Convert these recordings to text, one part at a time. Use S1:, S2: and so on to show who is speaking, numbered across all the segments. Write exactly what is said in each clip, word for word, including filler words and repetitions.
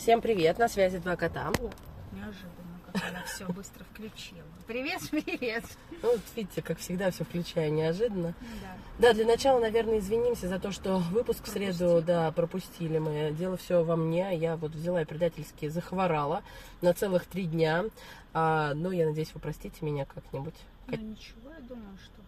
S1: Всем привет, на связи два кота.
S2: О, неожиданно, как она все быстро включила. Привет, привет.
S1: Ну, вот видите, как всегда, все включаю неожиданно.
S2: Да.
S1: Да, для начала, наверное, извинимся за то, что выпуск в среду, да, пропустили мы. Дело все во мне. Я вот взяла и предательски захворала на целых три дня. А, ну, я надеюсь, вы простите меня как-нибудь.
S2: Ну, ничего, я думаю, что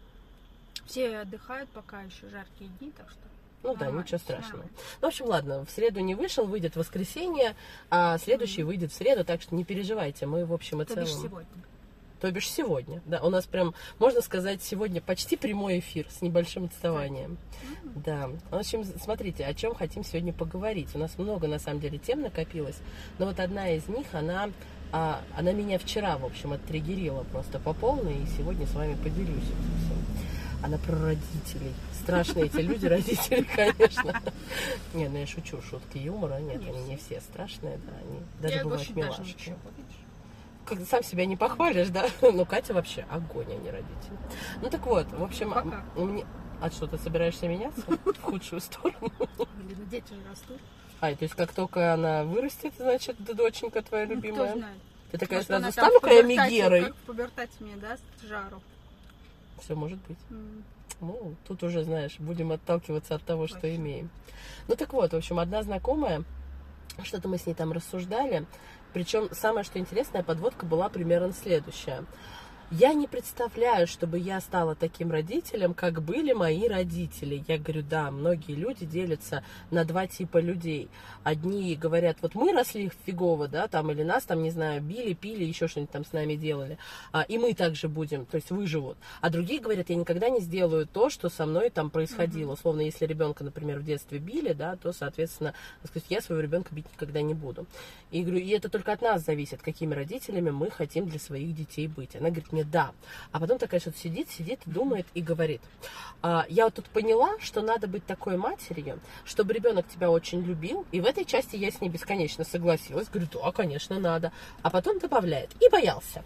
S2: все отдыхают пока еще жаркие дни, так что...
S1: Ну да,
S2: нормально,
S1: ничего страшного.
S2: нормально.
S1: Ну, в общем, ладно, в среду не вышел, выйдет в воскресенье, а следующий mm-hmm. выйдет в среду, так что не переживайте, мы в общем и
S2: То
S1: целом...
S2: бишь сегодня.
S1: То бишь сегодня, да, у нас прям, можно сказать, сегодня почти прямой эфир с небольшим отставанием. Mm-hmm. Да, в общем, смотрите, о чем хотим сегодня поговорить. У нас много, на самом деле, тем накопилось, но вот одна из них, она... А, она меня вчера, в общем, оттриггерила просто по полной, и сегодня с вами поделюсь этим всем. Она про родителей. Страшные эти люди, родители, конечно. Не, ну я шучу, шутки юмора. Нет, они не все страшные, да, они даже бывают милашки. Как ты сам себя не похвалишь, да? Ну, Катя вообще огонь, а не родители. Ну, так вот, в общем, мне... А что, ты собираешься меняться в худшую сторону?
S2: Или дети же растут.
S1: А, то есть как только она вырастет, значит, доченька твоя любимая?
S2: Кто знает.
S1: Ты такая
S2: Может,
S1: сразу стану-ка я Мегерой.
S2: Как в пубертате мне даст жару.
S1: Все может быть.
S2: Mm.
S1: Ну, тут уже, знаешь, будем отталкиваться от того,
S2: Точно.
S1: что имеем. Ну, так вот, в общем, одна знакомая, что-то мы с ней там рассуждали, причем самое, что интересное, подводка была примерно следующая. Я не представляю, чтобы я стала таким родителем, как были мои родители. Я говорю, да, многие люди делятся на два типа людей. Одни говорят, вот мы росли фигово, да, там, или нас там, не знаю, били, пили, еще что-нибудь там с нами делали, а, и мы также будем, то есть выживут. А другие говорят, я никогда не сделаю то, что со мной там происходило. Mm-hmm. Условно, если ребенка, например, в детстве били, да, то, соответственно, сказать, я своего ребенка бить никогда не буду. И говорю, и это только от нас зависит, какими родителями мы хотим для своих детей быть. Она говорит мне, да. А потом такая что-то сидит, сидит, думает и говорит. А, я вот тут поняла, что надо быть такой матерью, чтобы ребенок тебя очень любил. И в этой части я с ней бесконечно согласилась. Говорю, да, конечно, надо. А потом добавляет. И боялся.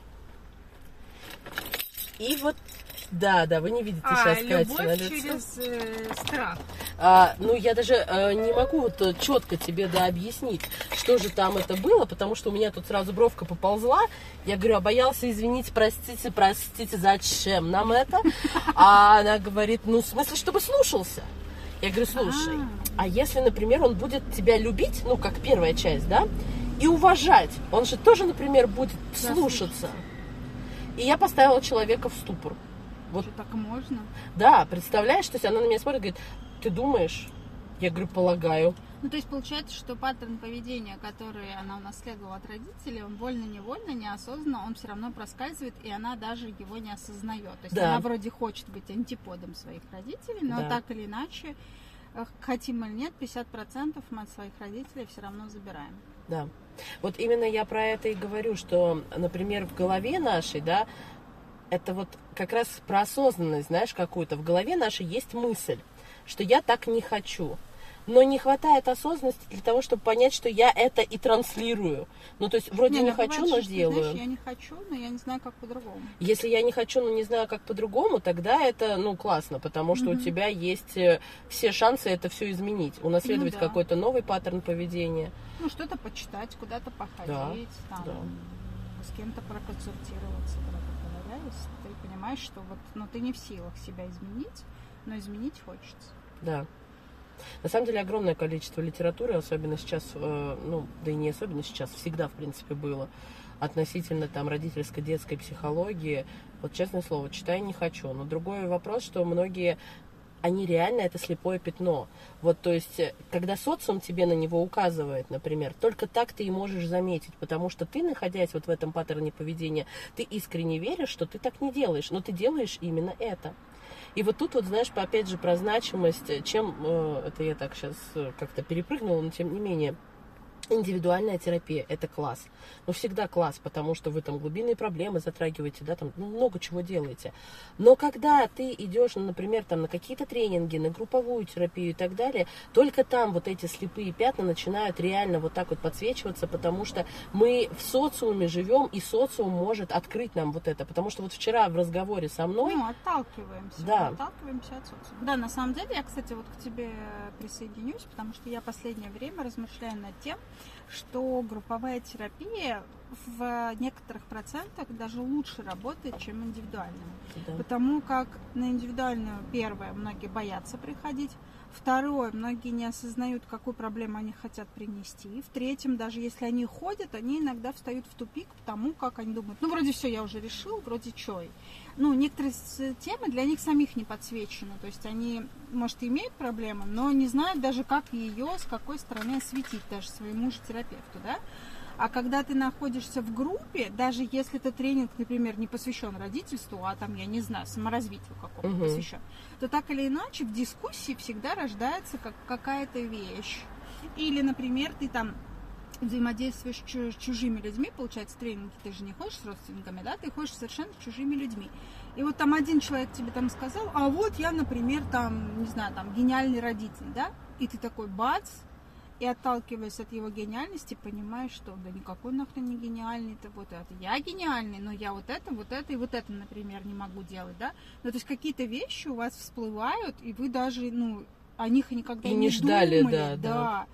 S1: И вот, да, да, вы не видите
S2: а,
S1: сейчас Катю
S2: любовь
S1: на лицо.
S2: через э, страх.
S1: А, ну, я даже э, не могу вот четко тебе да, объяснить, что же там это было, потому что у меня тут сразу бровка поползла. Я говорю, а боялся, извините, простите, простите, зачем нам это? А она говорит, ну, в смысле, чтобы слушался. Я говорю, слушай, а если, например, он будет тебя любить, ну, как первая часть, да, и уважать, он же тоже, например, будет слушаться. И я поставила человека в ступор. Вот.
S2: Что, так можно?
S1: Да, представляешь, то есть она на меня смотрит и говорит, ты думаешь? Я говорю, полагаю.
S2: Ну, то есть получается, что паттерн поведения, который она унаследовала от родителей, он вольно-невольно, неосознанно, он все равно проскальзывает, и она даже его не осознает. То есть
S1: да.
S2: она вроде хочет быть антиподом своих родителей, но
S1: да.
S2: так или иначе, хотим или нет, пятьдесят процентов мы от своих родителей все равно забираем.
S1: Да. Вот именно я про это и говорю, что, например, в голове нашей, да, это вот как раз про осознанность, знаешь, какую-то. В голове нашей есть мысль, что я так не хочу. Но не хватает осознанности для того, чтобы понять, что я это и транслирую. Ну, то есть, вроде не, не хочу, бывает, но что, делаю.
S2: Знаешь, я не хочу, но я не знаю, как по-другому.
S1: Если я не хочу, но не знаю, как по-другому, тогда это, ну, классно, потому что mm-hmm. у тебя есть все шансы это все изменить. Унаследовать ну, да. какой-то новый паттерн поведения.
S2: Ну, что-то почитать, куда-то походить,
S1: да,
S2: там,
S1: да.
S2: с кем-то проконсультироваться, грубо говоря, если ты понимаешь, что вот, ну, ты не в силах себя изменить, но изменить хочется.
S1: Да. На самом деле огромное количество литературы, особенно сейчас, э, ну, да и не особенно сейчас, всегда, в принципе, было относительно там родительской, детской психологии. Вот, честное слово, читать не хочу. Но другой вопрос, что многие, они реально это слепое пятно. Вот, то есть, когда социум тебе на него указывает, например, только так ты и можешь заметить, потому что ты, находясь вот в этом паттерне поведения, ты искренне веришь, что ты так не делаешь, но ты делаешь именно это. И вот тут вот, знаешь, опять же, про значимость, чем, э, это я так сейчас как-то перепрыгнула, но тем не менее, индивидуальная терапия – это класс. Ну, всегда класс, потому что вы там глубинные проблемы затрагиваете, да, там ну, много чего делаете. Но когда ты идешь, ну, например, там, на какие-то тренинги, на групповую терапию и так далее, только там вот эти слепые пятна начинают реально вот так вот подсвечиваться, потому что мы в социуме живем, и социум может открыть нам вот это. Потому что вот вчера в разговоре со мной...
S2: Ну, отталкиваемся.
S1: Да.
S2: Отталкиваемся от социума. Да, на самом деле, я, кстати, вот к тебе присоединюсь, потому что я последнее время размышляю над тем, что групповая терапия в некоторых процентах даже лучше работает, чем индивидуальная.
S1: Да.
S2: Потому как на индивидуальную, первое, многие боятся приходить. Второе, многие не осознают, какую проблему они хотят принести. В третьем, даже если они ходят, они иногда встают в тупик, потому как они думают, ну, вроде все, я уже решил, вроде чё. Ну, некоторые темы для них самих не подсвечены. То есть они, может, и имеют проблемы, но не знают даже, как ее, с какой стороны осветить даже своему же терапевту, да? А когда ты находишься в группе, даже если это тренинг, например, не посвящен родительству, а там, я не знаю, саморазвитию какому-то
S1: Угу.
S2: посвящен, то так или иначе в дискуссии всегда рождается как какая-то вещь. Или, например, ты там взаимодействуешь с чужими людьми, получается, тренинги, ты же не ходишь с родственниками, да, ты ходишь совершенно с чужими людьми. И вот там один человек тебе там сказал, а вот я, например, там, не знаю, там, гениальный родитель, да, и ты такой бац, и отталкиваясь от его гениальности, понимаешь, что да никакой нахрен не гениальный, это вот это. Я гениальный, но я вот это, вот это и вот это, например, не могу делать, да. Ну, то есть какие-то вещи у вас всплывают, и вы даже, ну, о них никогда
S1: и
S2: не,
S1: не ждали,
S2: думали,
S1: да, да.
S2: да.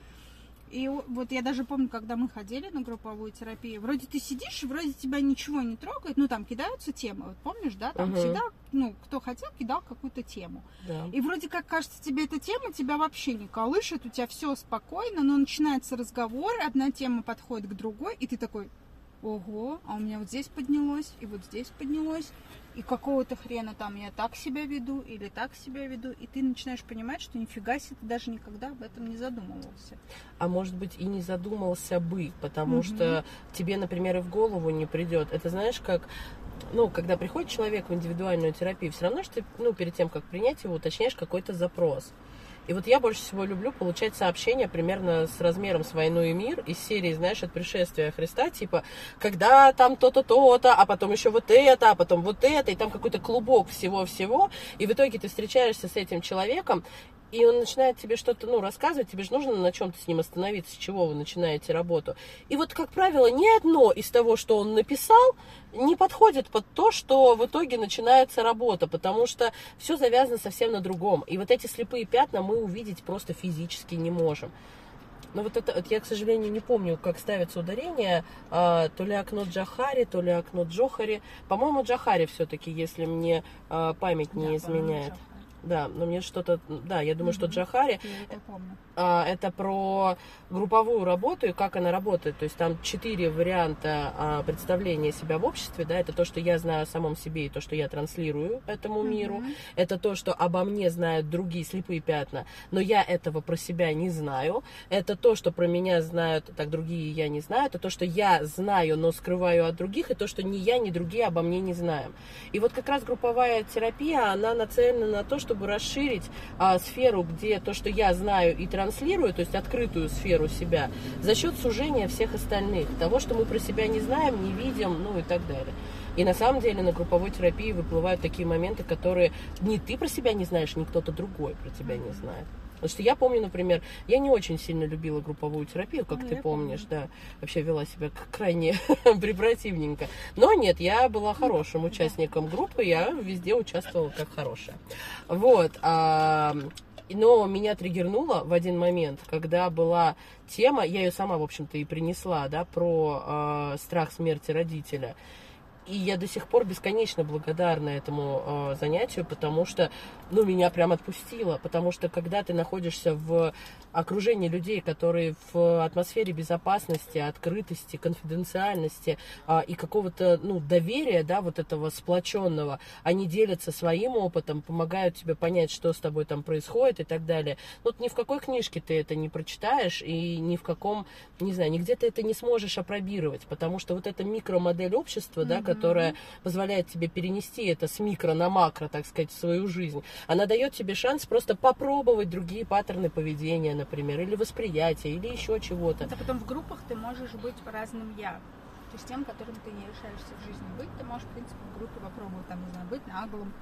S2: И вот я даже помню, когда мы ходили на групповую терапию, вроде ты сидишь, и вроде тебя ничего не трогает, ну, там кидаются темы, вот помнишь, да, там
S1: Угу.
S2: всегда, ну, кто хотел, кидал какую-то тему.
S1: Да.
S2: И вроде как кажется, тебе эта тема тебя вообще не колышет, у тебя все спокойно, но начинается разговор, одна тема подходит к другой, и ты такой, ого, а у меня вот здесь поднялось, и вот здесь поднялось, и какого-то хрена там я так себя веду, или так себя веду, и ты начинаешь понимать, что нифига себе, ты даже никогда об этом не задумывался.
S1: А может быть, и не задумался бы, потому
S2: Мгм.
S1: что тебе, например, и в голову не придет. Это знаешь, как, ну, когда приходит человек в индивидуальную терапию, все равно, что ты, ну, перед тем, как принять его, уточняешь какой-то запрос. И вот я больше всего люблю получать сообщения примерно с размером с «Войну и мир» из серии, знаешь, от пришествия Христа, типа, когда там то-то, то-то, а потом еще вот это, а потом вот это, и там какой-то клубок всего-всего, и в итоге ты встречаешься с этим человеком, и он начинает тебе что-то, ну, рассказывать, тебе же нужно на чем-то с ним остановиться, с чего вы начинаете работу. И вот, как правило, ни одно из того, что он написал, не подходит под то, что в итоге начинается работа, потому что все завязано совсем на другом. И вот эти слепые пятна мы увидеть просто физически не можем. Но вот это, вот я, к сожалению, не помню, как ставится ударение, а, то ли окно Джохари, то ли окно Джохари. По-моему, Джохари все-таки, если мне а, память не
S2: Да,
S1: изменяет.
S2: по-моему,
S1: Да, но мне что-то, да, я думаю, что
S2: Мгм.
S1: Джохари,
S2: я это помню.
S1: а, это про групповую работу и как она работает. То есть там четыре варианта а, представления себя в обществе, да, это то, что я знаю о самом себе и то, что я транслирую этому миру.
S2: Мгм.
S1: Это то, что обо мне знают другие слепые пятна, но я этого про себя не знаю. Это то, что про меня знают, так другие я не знаю. Это то, что я знаю, но скрываю от других, и то, что ни я, ни другие обо мне не знаем. И вот как раз групповая терапия, она нацелена на то, чтобы расширить а, сферу, где то, что я знаю и транслирую, то есть открытую сферу себя, за счет сужения всех остальных, того, что мы про себя не знаем, не видим, ну и так далее. И на самом деле на групповой терапии выплывают такие моменты, которые ни ты про себя не знаешь, ни кто-то другой про тебя не знает. Потому что я помню, например, я не очень сильно любила групповую терапию, как
S2: Ну,
S1: ты
S2: я
S1: помнишь,
S2: помню.
S1: да. Вообще вела себя крайне препротивненько. Но нет, я была хорошим участником группы, я везде участвовала как хорошая. Вот. А, но меня триггернуло в один момент, когда была тема, я ее сама, в общем-то, и принесла, да, про э, страх смерти родителя. И я до сих пор бесконечно благодарна этому э, занятию, потому что, ну, меня прям отпустило. Потому что, когда ты находишься в окружении людей, которые в атмосфере безопасности, открытости, конфиденциальности э, и какого-то, ну, доверия, да, вот этого сплоченного, они делятся своим опытом, помогают тебе понять, что с тобой там происходит и так далее. Вот ни в какой книжке ты это не прочитаешь, и ни в каком, не знаю, нигде ты это не сможешь апробировать, потому что вот эта микромодель общества, да, которая позволяет тебе перенести это с микро на макро, так сказать, в свою жизнь. Она дает тебе шанс просто попробовать другие паттерны поведения, например, или восприятия, или еще чего-то.
S2: А потом в группах ты можешь быть разным я. То есть тем, которым ты не решаешься в жизни быть, ты можешь, в принципе, в группе попробовать, там, не знаю, быть наглым,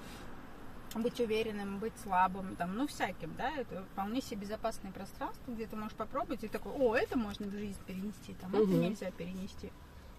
S2: быть уверенным, быть слабым, там, ну, всяким, да, это вполне себе безопасное пространство, где ты можешь попробовать, и такой, о, это можно в жизнь перенести, там,
S1: Мгм.
S2: это нельзя перенести.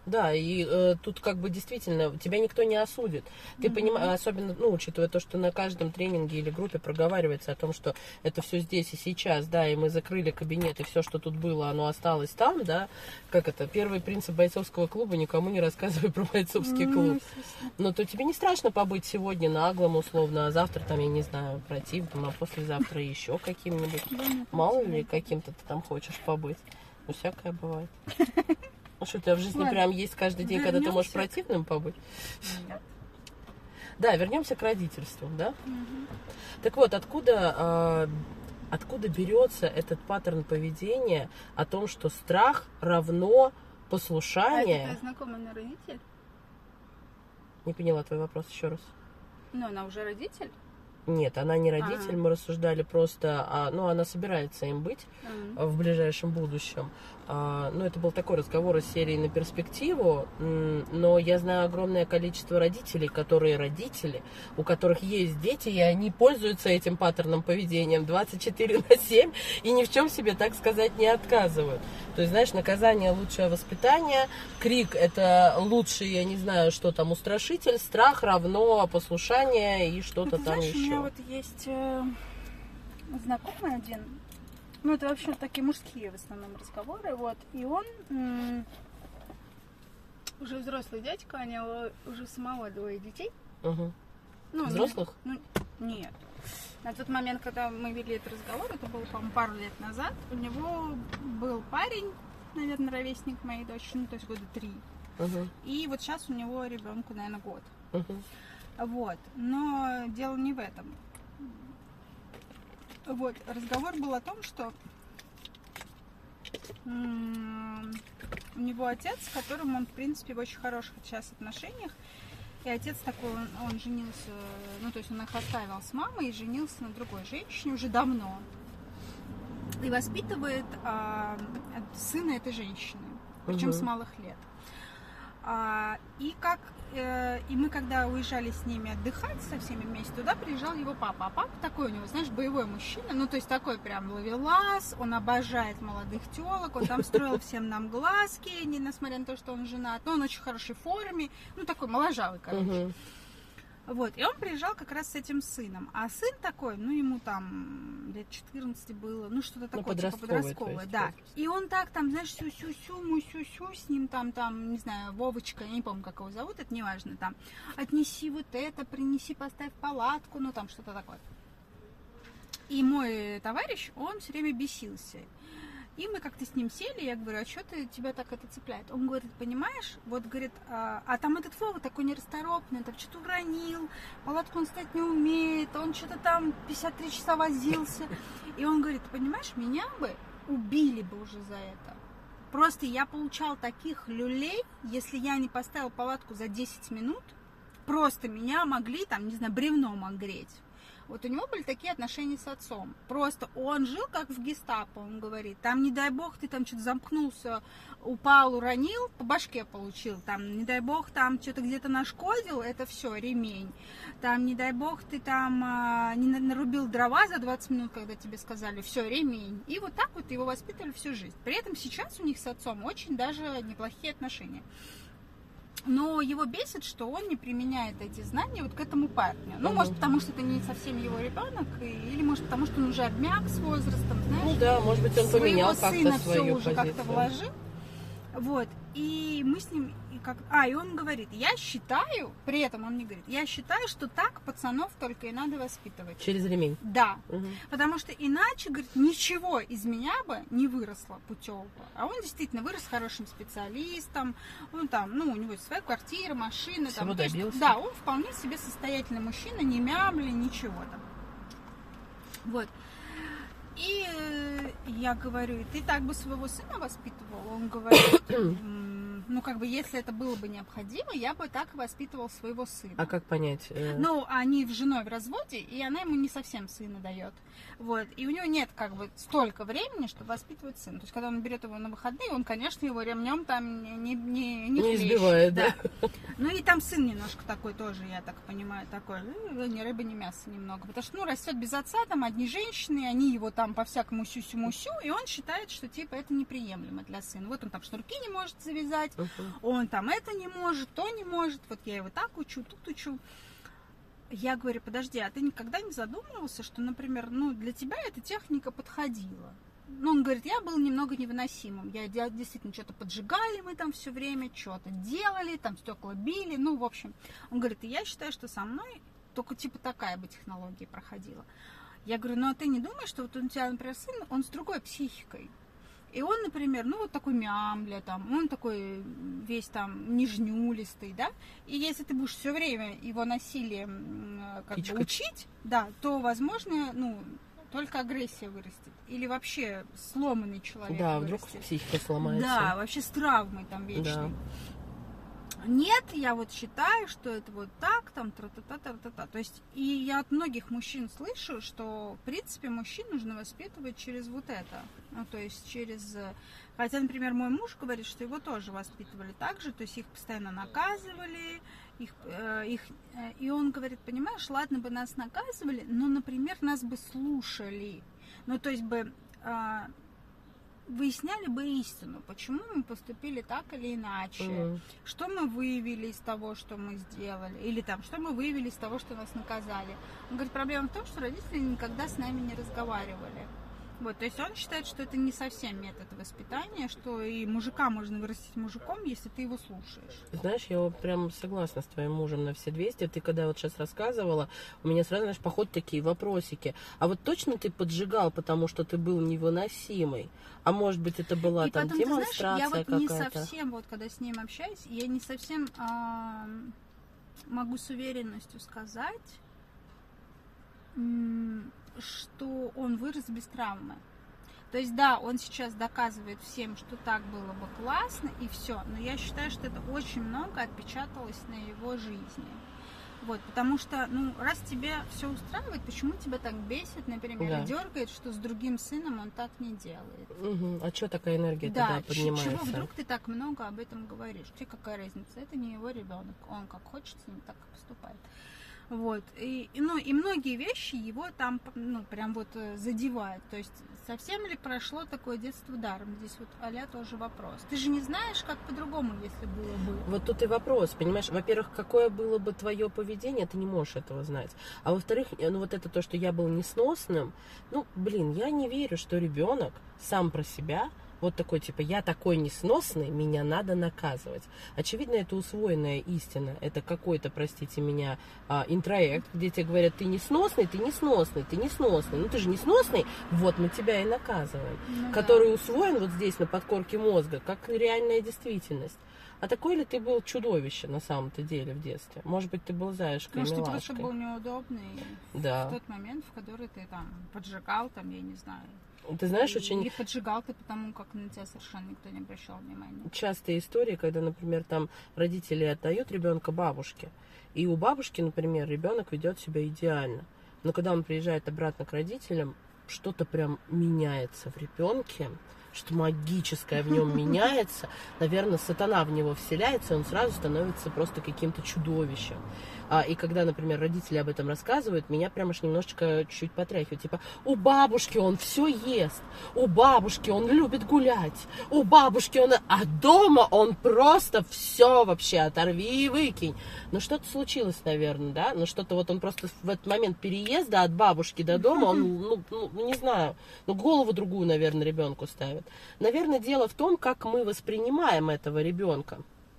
S1: Да, и э, тут как бы действительно тебя никто не осудит. Ты
S2: Мгм.
S1: понимаешь, особенно, ну, учитывая то, что на каждом тренинге или группе проговаривается о том, что это все здесь и сейчас, да, и мы закрыли кабинет, и все, что тут было, оно осталось там, да. Как это? Первый принцип бойцовского клуба: никому не рассказывай про бойцовский
S2: Ну,
S1: клуб.
S2: естественно.
S1: Но то тебе не страшно побыть сегодня наглым, условно, а завтра там, я не знаю, противным, а послезавтра еще каким-нибудь.
S2: Да, мне
S1: Мало
S2: кажется,
S1: ли
S2: да.
S1: каким-то ты там хочешь побыть. Ну, всякое бывает. Ну что, у тебя в жизни
S2: Ладно.
S1: прям есть каждый день, когда ты можешь
S2: Вернёмся.
S1: противным побыть?
S2: Нет.
S1: Да, вернемся к родительству, да?
S2: Мгм.
S1: Так вот, откуда, а, откуда берется этот паттерн поведения о том, что страх равно
S2: А это
S1: послушание?
S2: твоя знакомая родитель?
S1: Не поняла твой вопрос еще раз.
S2: Ну, она уже родитель?
S1: Нет, она не родитель,
S2: Ага.
S1: мы рассуждали просто, а, ну, она собирается им быть
S2: М.
S1: в ближайшем будущем. А, ну, это был такой разговор из серии на перспективу, м, но я знаю огромное количество родителей, которые родители, у которых есть дети, и они пользуются этим паттерном поведения двадцать четыре на семь и ни в чем себе, так сказать, не отказывают. То есть, знаешь, наказание — лучшее воспитание, крик — это лучший, я не знаю, что там, устрашитель, страх равно послушание и
S2: Ну,
S1: что-то
S2: ты
S1: там
S2: знаешь, у меня
S1: еще.
S2: вот есть э, знакомый один, ну, это вообще такие мужские в основном разговоры, вот, и он м, уже взрослый дядька, у него уже самого двое детей.
S1: Мгм.
S2: Ну,
S1: Взрослых?
S2: Ну, нет. На тот момент, когда мы вели этот разговор, это было, по-моему, пару лет назад, у него был парень, наверное, ровесник моей дочери, ну, то есть года три.
S1: Мгм.
S2: И вот сейчас у него ребенку, наверное, год.
S1: Мгм.
S2: Вот. Но дело не в этом. Вот. Разговор был о том, что м, у него отец, с которым он, в принципе, в очень хороших сейчас отношениях. И отец такой, он, он женился, ну, то есть он их оставил с мамой и женился на другой женщине уже давно. И воспитывает а, сына этой женщины, причем
S1: Мгм.
S2: с малых лет. А, и как э, и мы когда уезжали с ними отдыхать со всеми вместе, туда приезжал его папа. А папа такой у него, знаешь, боевой мужчина, ну то есть такой прям ловелас, он обожает молодых телок, он там строил всем нам глазки, не несмотря на то, что он женат, но он очень в хорошей форме, ну такой моложавый, короче.
S1: Мгм.
S2: Вот, и он приезжал как раз с этим сыном. А сын такой, ну, ему там лет четырнадцать было, ну, что-то такое, типа
S1: подростковый, то
S2: подростковое,
S1: есть,
S2: да.
S1: возраст.
S2: И он так там, знаешь, сю-сю-сю, му-сю-сю, с ним там, там, не знаю, Вовочка, я не помню, как его зовут, это не важно, там, отнеси вот это, принеси, поставь палатку, ну, там, что-то такое. И мой товарищ, он все время бесился. И мы как-то с ним сели, я говорю, а что ты, тебя так это цепляет? Он говорит, понимаешь, вот, говорит, а, а там этот Вова такой нерасторопный, там что-то уронил, палатку он ставить не умеет, он что-то там пятьдесят три часа возился. И он говорит, понимаешь, меня бы убили бы уже за это. Просто я получал таких люлей, если я не поставил палатку за десять минут, просто меня могли там, не знаю, бревном огреть. Вот у него были такие отношения с отцом. Просто он жил как в гестапо, он говорит. Там, не дай бог, ты там что-то замкнулся, упал, уронил, по башке получил. Там, не дай бог, там что-то где-то нашкодил, это все, ремень. Там, не дай бог, ты там а, не нарубил дрова за двадцать минут, когда тебе сказали, все, ремень. И вот так вот его воспитывали всю жизнь. При этом сейчас у них с отцом очень даже неплохие отношения. Но его бесит, что он не применяет эти знания вот к этому парню. Ну,
S1: Мгм.
S2: может, потому что это не совсем его ребенок, или может, потому что он уже обмяк с возрастом, знаешь.
S1: Ну да, может быть, он
S2: Своего
S1: поменял
S2: сына
S1: как-то
S2: все
S1: свою
S2: уже как-то
S1: позицию.
S2: вложил. Вот. И мы с ним, и как... а, и он говорит, я считаю, при этом он мне говорит, я считаю, что так пацанов только и надо воспитывать.
S1: Через ремень.
S2: Да.
S1: Мгм.
S2: Потому что иначе, говорит, ничего из меня бы не выросло путевого. А он действительно вырос хорошим специалистом. Он там, ну, у него есть своя квартира, машина.
S1: Всего
S2: Там, то есть,
S1: добился.
S2: да, он вполне себе состоятельный мужчина, не мямли, ничего там. Вот. И э, я говорю, и ты так бы своего сына воспитывал? Он говорит, «М, ну, как бы, если это было бы необходимо, я бы так и воспитывал своего сына.
S1: А как понять? э,
S2: Ну, они с женой в разводе, и она ему не совсем сына дает. Вот. И у него нет как бы столько времени, чтобы воспитывать сына. То есть, когда он берет его на выходные, он, конечно, его ремнем там не, не, не,
S1: Не
S2: хлещет,
S1: избивает, да.
S2: Ну и там сын немножко такой тоже, я так понимаю, такой, ну, ни рыба, ни мясо немного. Потому что, ну, растет без отца, там одни женщины, они его там по-всякому сю-сю-мусю, и он считает, что, типа, это неприемлемо для сына. Вот он там шнурки не может завязать,
S1: Uh-huh.
S2: Он там это не может, то не может, вот я его так учу, тут учу. Я говорю, подожди, а ты никогда не задумывался, что, например, ну, для тебя эта техника подходила? Ну, он говорит, я был немного невыносимым. Я действительно что-то поджигали мы там все время, что-то делали, там стекла били, ну, в общем. Он говорит, и я считаю, что со мной только типа такая бы технология проходила. Я говорю, ну, а ты не думаешь, что вот у тебя, например, сын, он с другой психикой? И он, например, ну, вот такой мямля, там, он такой весь там нежнюлистый, да? И если ты будешь все время его насилием как
S1: Кичкать.
S2: бы учить, да, то, возможно, ну, только агрессия вырастет. Или вообще сломанный человек
S1: Да,
S2: вырастет.
S1: вдруг психика сломается.
S2: Да, вообще с травмой там вечной.
S1: Да.
S2: Нет, я вот считаю, что это вот так, там, тра-та-та-та-та-та. То есть, и я от многих мужчин слышу, что, в принципе, мужчин нужно воспитывать через вот это. Ну, то есть, через... Хотя, например, мой муж говорит, что его тоже воспитывали так же, то есть, их постоянно наказывали, их, э, их... И он говорит, понимаешь, ладно бы нас наказывали, но, например, нас бы слушали. Ну, то есть, бы... Э, выясняли бы истину, почему мы поступили так или иначе, mm-hmm. что мы выявили из того, что мы сделали, или там, что мы выявили из того, что нас наказали. Он говорит, проблема в том, что родители никогда с нами не разговаривали. Вот, то есть он считает, что это не совсем метод воспитания, что и мужика можно вырастить мужиком, если ты его слушаешь.
S1: Знаешь, я вот прям согласна с твоим мужем на все двести. Ты когда вот сейчас рассказывала, у меня сразу, знаешь, по ходу такие вопросики. А вот точно ты поджигал, потому что ты был невыносимый? А может быть, это была
S2: и
S1: там
S2: потом,
S1: демонстрация
S2: ты знаешь, я вот
S1: какая-то?
S2: не совсем, вот когда с ним общаюсь, я не совсем а, могу с уверенностью сказать, что он вырос без травмы. То есть, да, он сейчас доказывает всем, что так было бы классно, и все. Но я считаю, что это очень много отпечаталось на его жизни. Вот, потому что, ну, раз тебе все устраивает, почему тебя так бесит, например,
S1: да.
S2: и дергает, что с другим сыном он так не делает?
S1: Угу. А что такая энергия
S2: да,
S1: тогда поднимается?
S2: Чего вдруг ты так много об этом говоришь? Тебе какая разница? Это не его ребенок. Он как хочет с ним, так и поступает. Вот, и, ну, и многие вещи его там, ну, прям вот задевают. То есть, совсем ли прошло такое детство даром? Здесь вот а-ля тоже вопрос. Ты же не знаешь, как по-другому, если было бы.
S1: Вот тут и вопрос, понимаешь? Во-первых, какое было бы твое поведение, ты не можешь этого знать. А во-вторых, ну, вот это то, что я был несносным, ну, блин, я не верю, что ребенок сам про себя... Вот такой, типа, я такой несносный, меня надо наказывать. Очевидно, это усвоенная истина. Это какой-то, простите меня, а, интроект, где тебе говорят, ты несносный, ты несносный, ты несносный. Ну, ты же несносный, вот мы тебя и наказываем. Ну, который да. усвоен вот здесь, на подкорке мозга, как реальная действительность. А такой ли ты был чудовище на самом-то деле в детстве? Может быть, ты был заюшкой,
S2: Может,
S1: милашкой.
S2: ты просто был неудобный
S1: да.
S2: в тот момент, в который ты там поджигал, там, я не знаю.
S1: Ты знаешь,
S2: и,
S1: очень...
S2: Или поджигал ты потому, как на тебя совершенно никто не обращал внимания.
S1: Частые истории, когда, например, там родители отдают ребенка бабушке, и у бабушки, например, ребенок ведет себя идеально. Но когда он приезжает обратно к родителям, что-то прям меняется в ребенке, что магическое в нем меняется. Наверное, сатана в него вселяется, и он сразу становится просто каким-то чудовищем. А, и когда, например, родители об этом рассказывают, меня прям аж немножечко чуть потряхивает. Типа, у бабушки он все ест, у бабушки он любит гулять, у бабушки он... А дома он просто все вообще оторви и выкинь. Ну, что-то случилось, наверное, да? Ну, что-то вот он просто в этот момент переезда от бабушки до дома, он, ну, ну не знаю, ну, голову другую, наверное, ребенку ставит. Наверное, дело в том, как мы воспринимаем этого ребенка.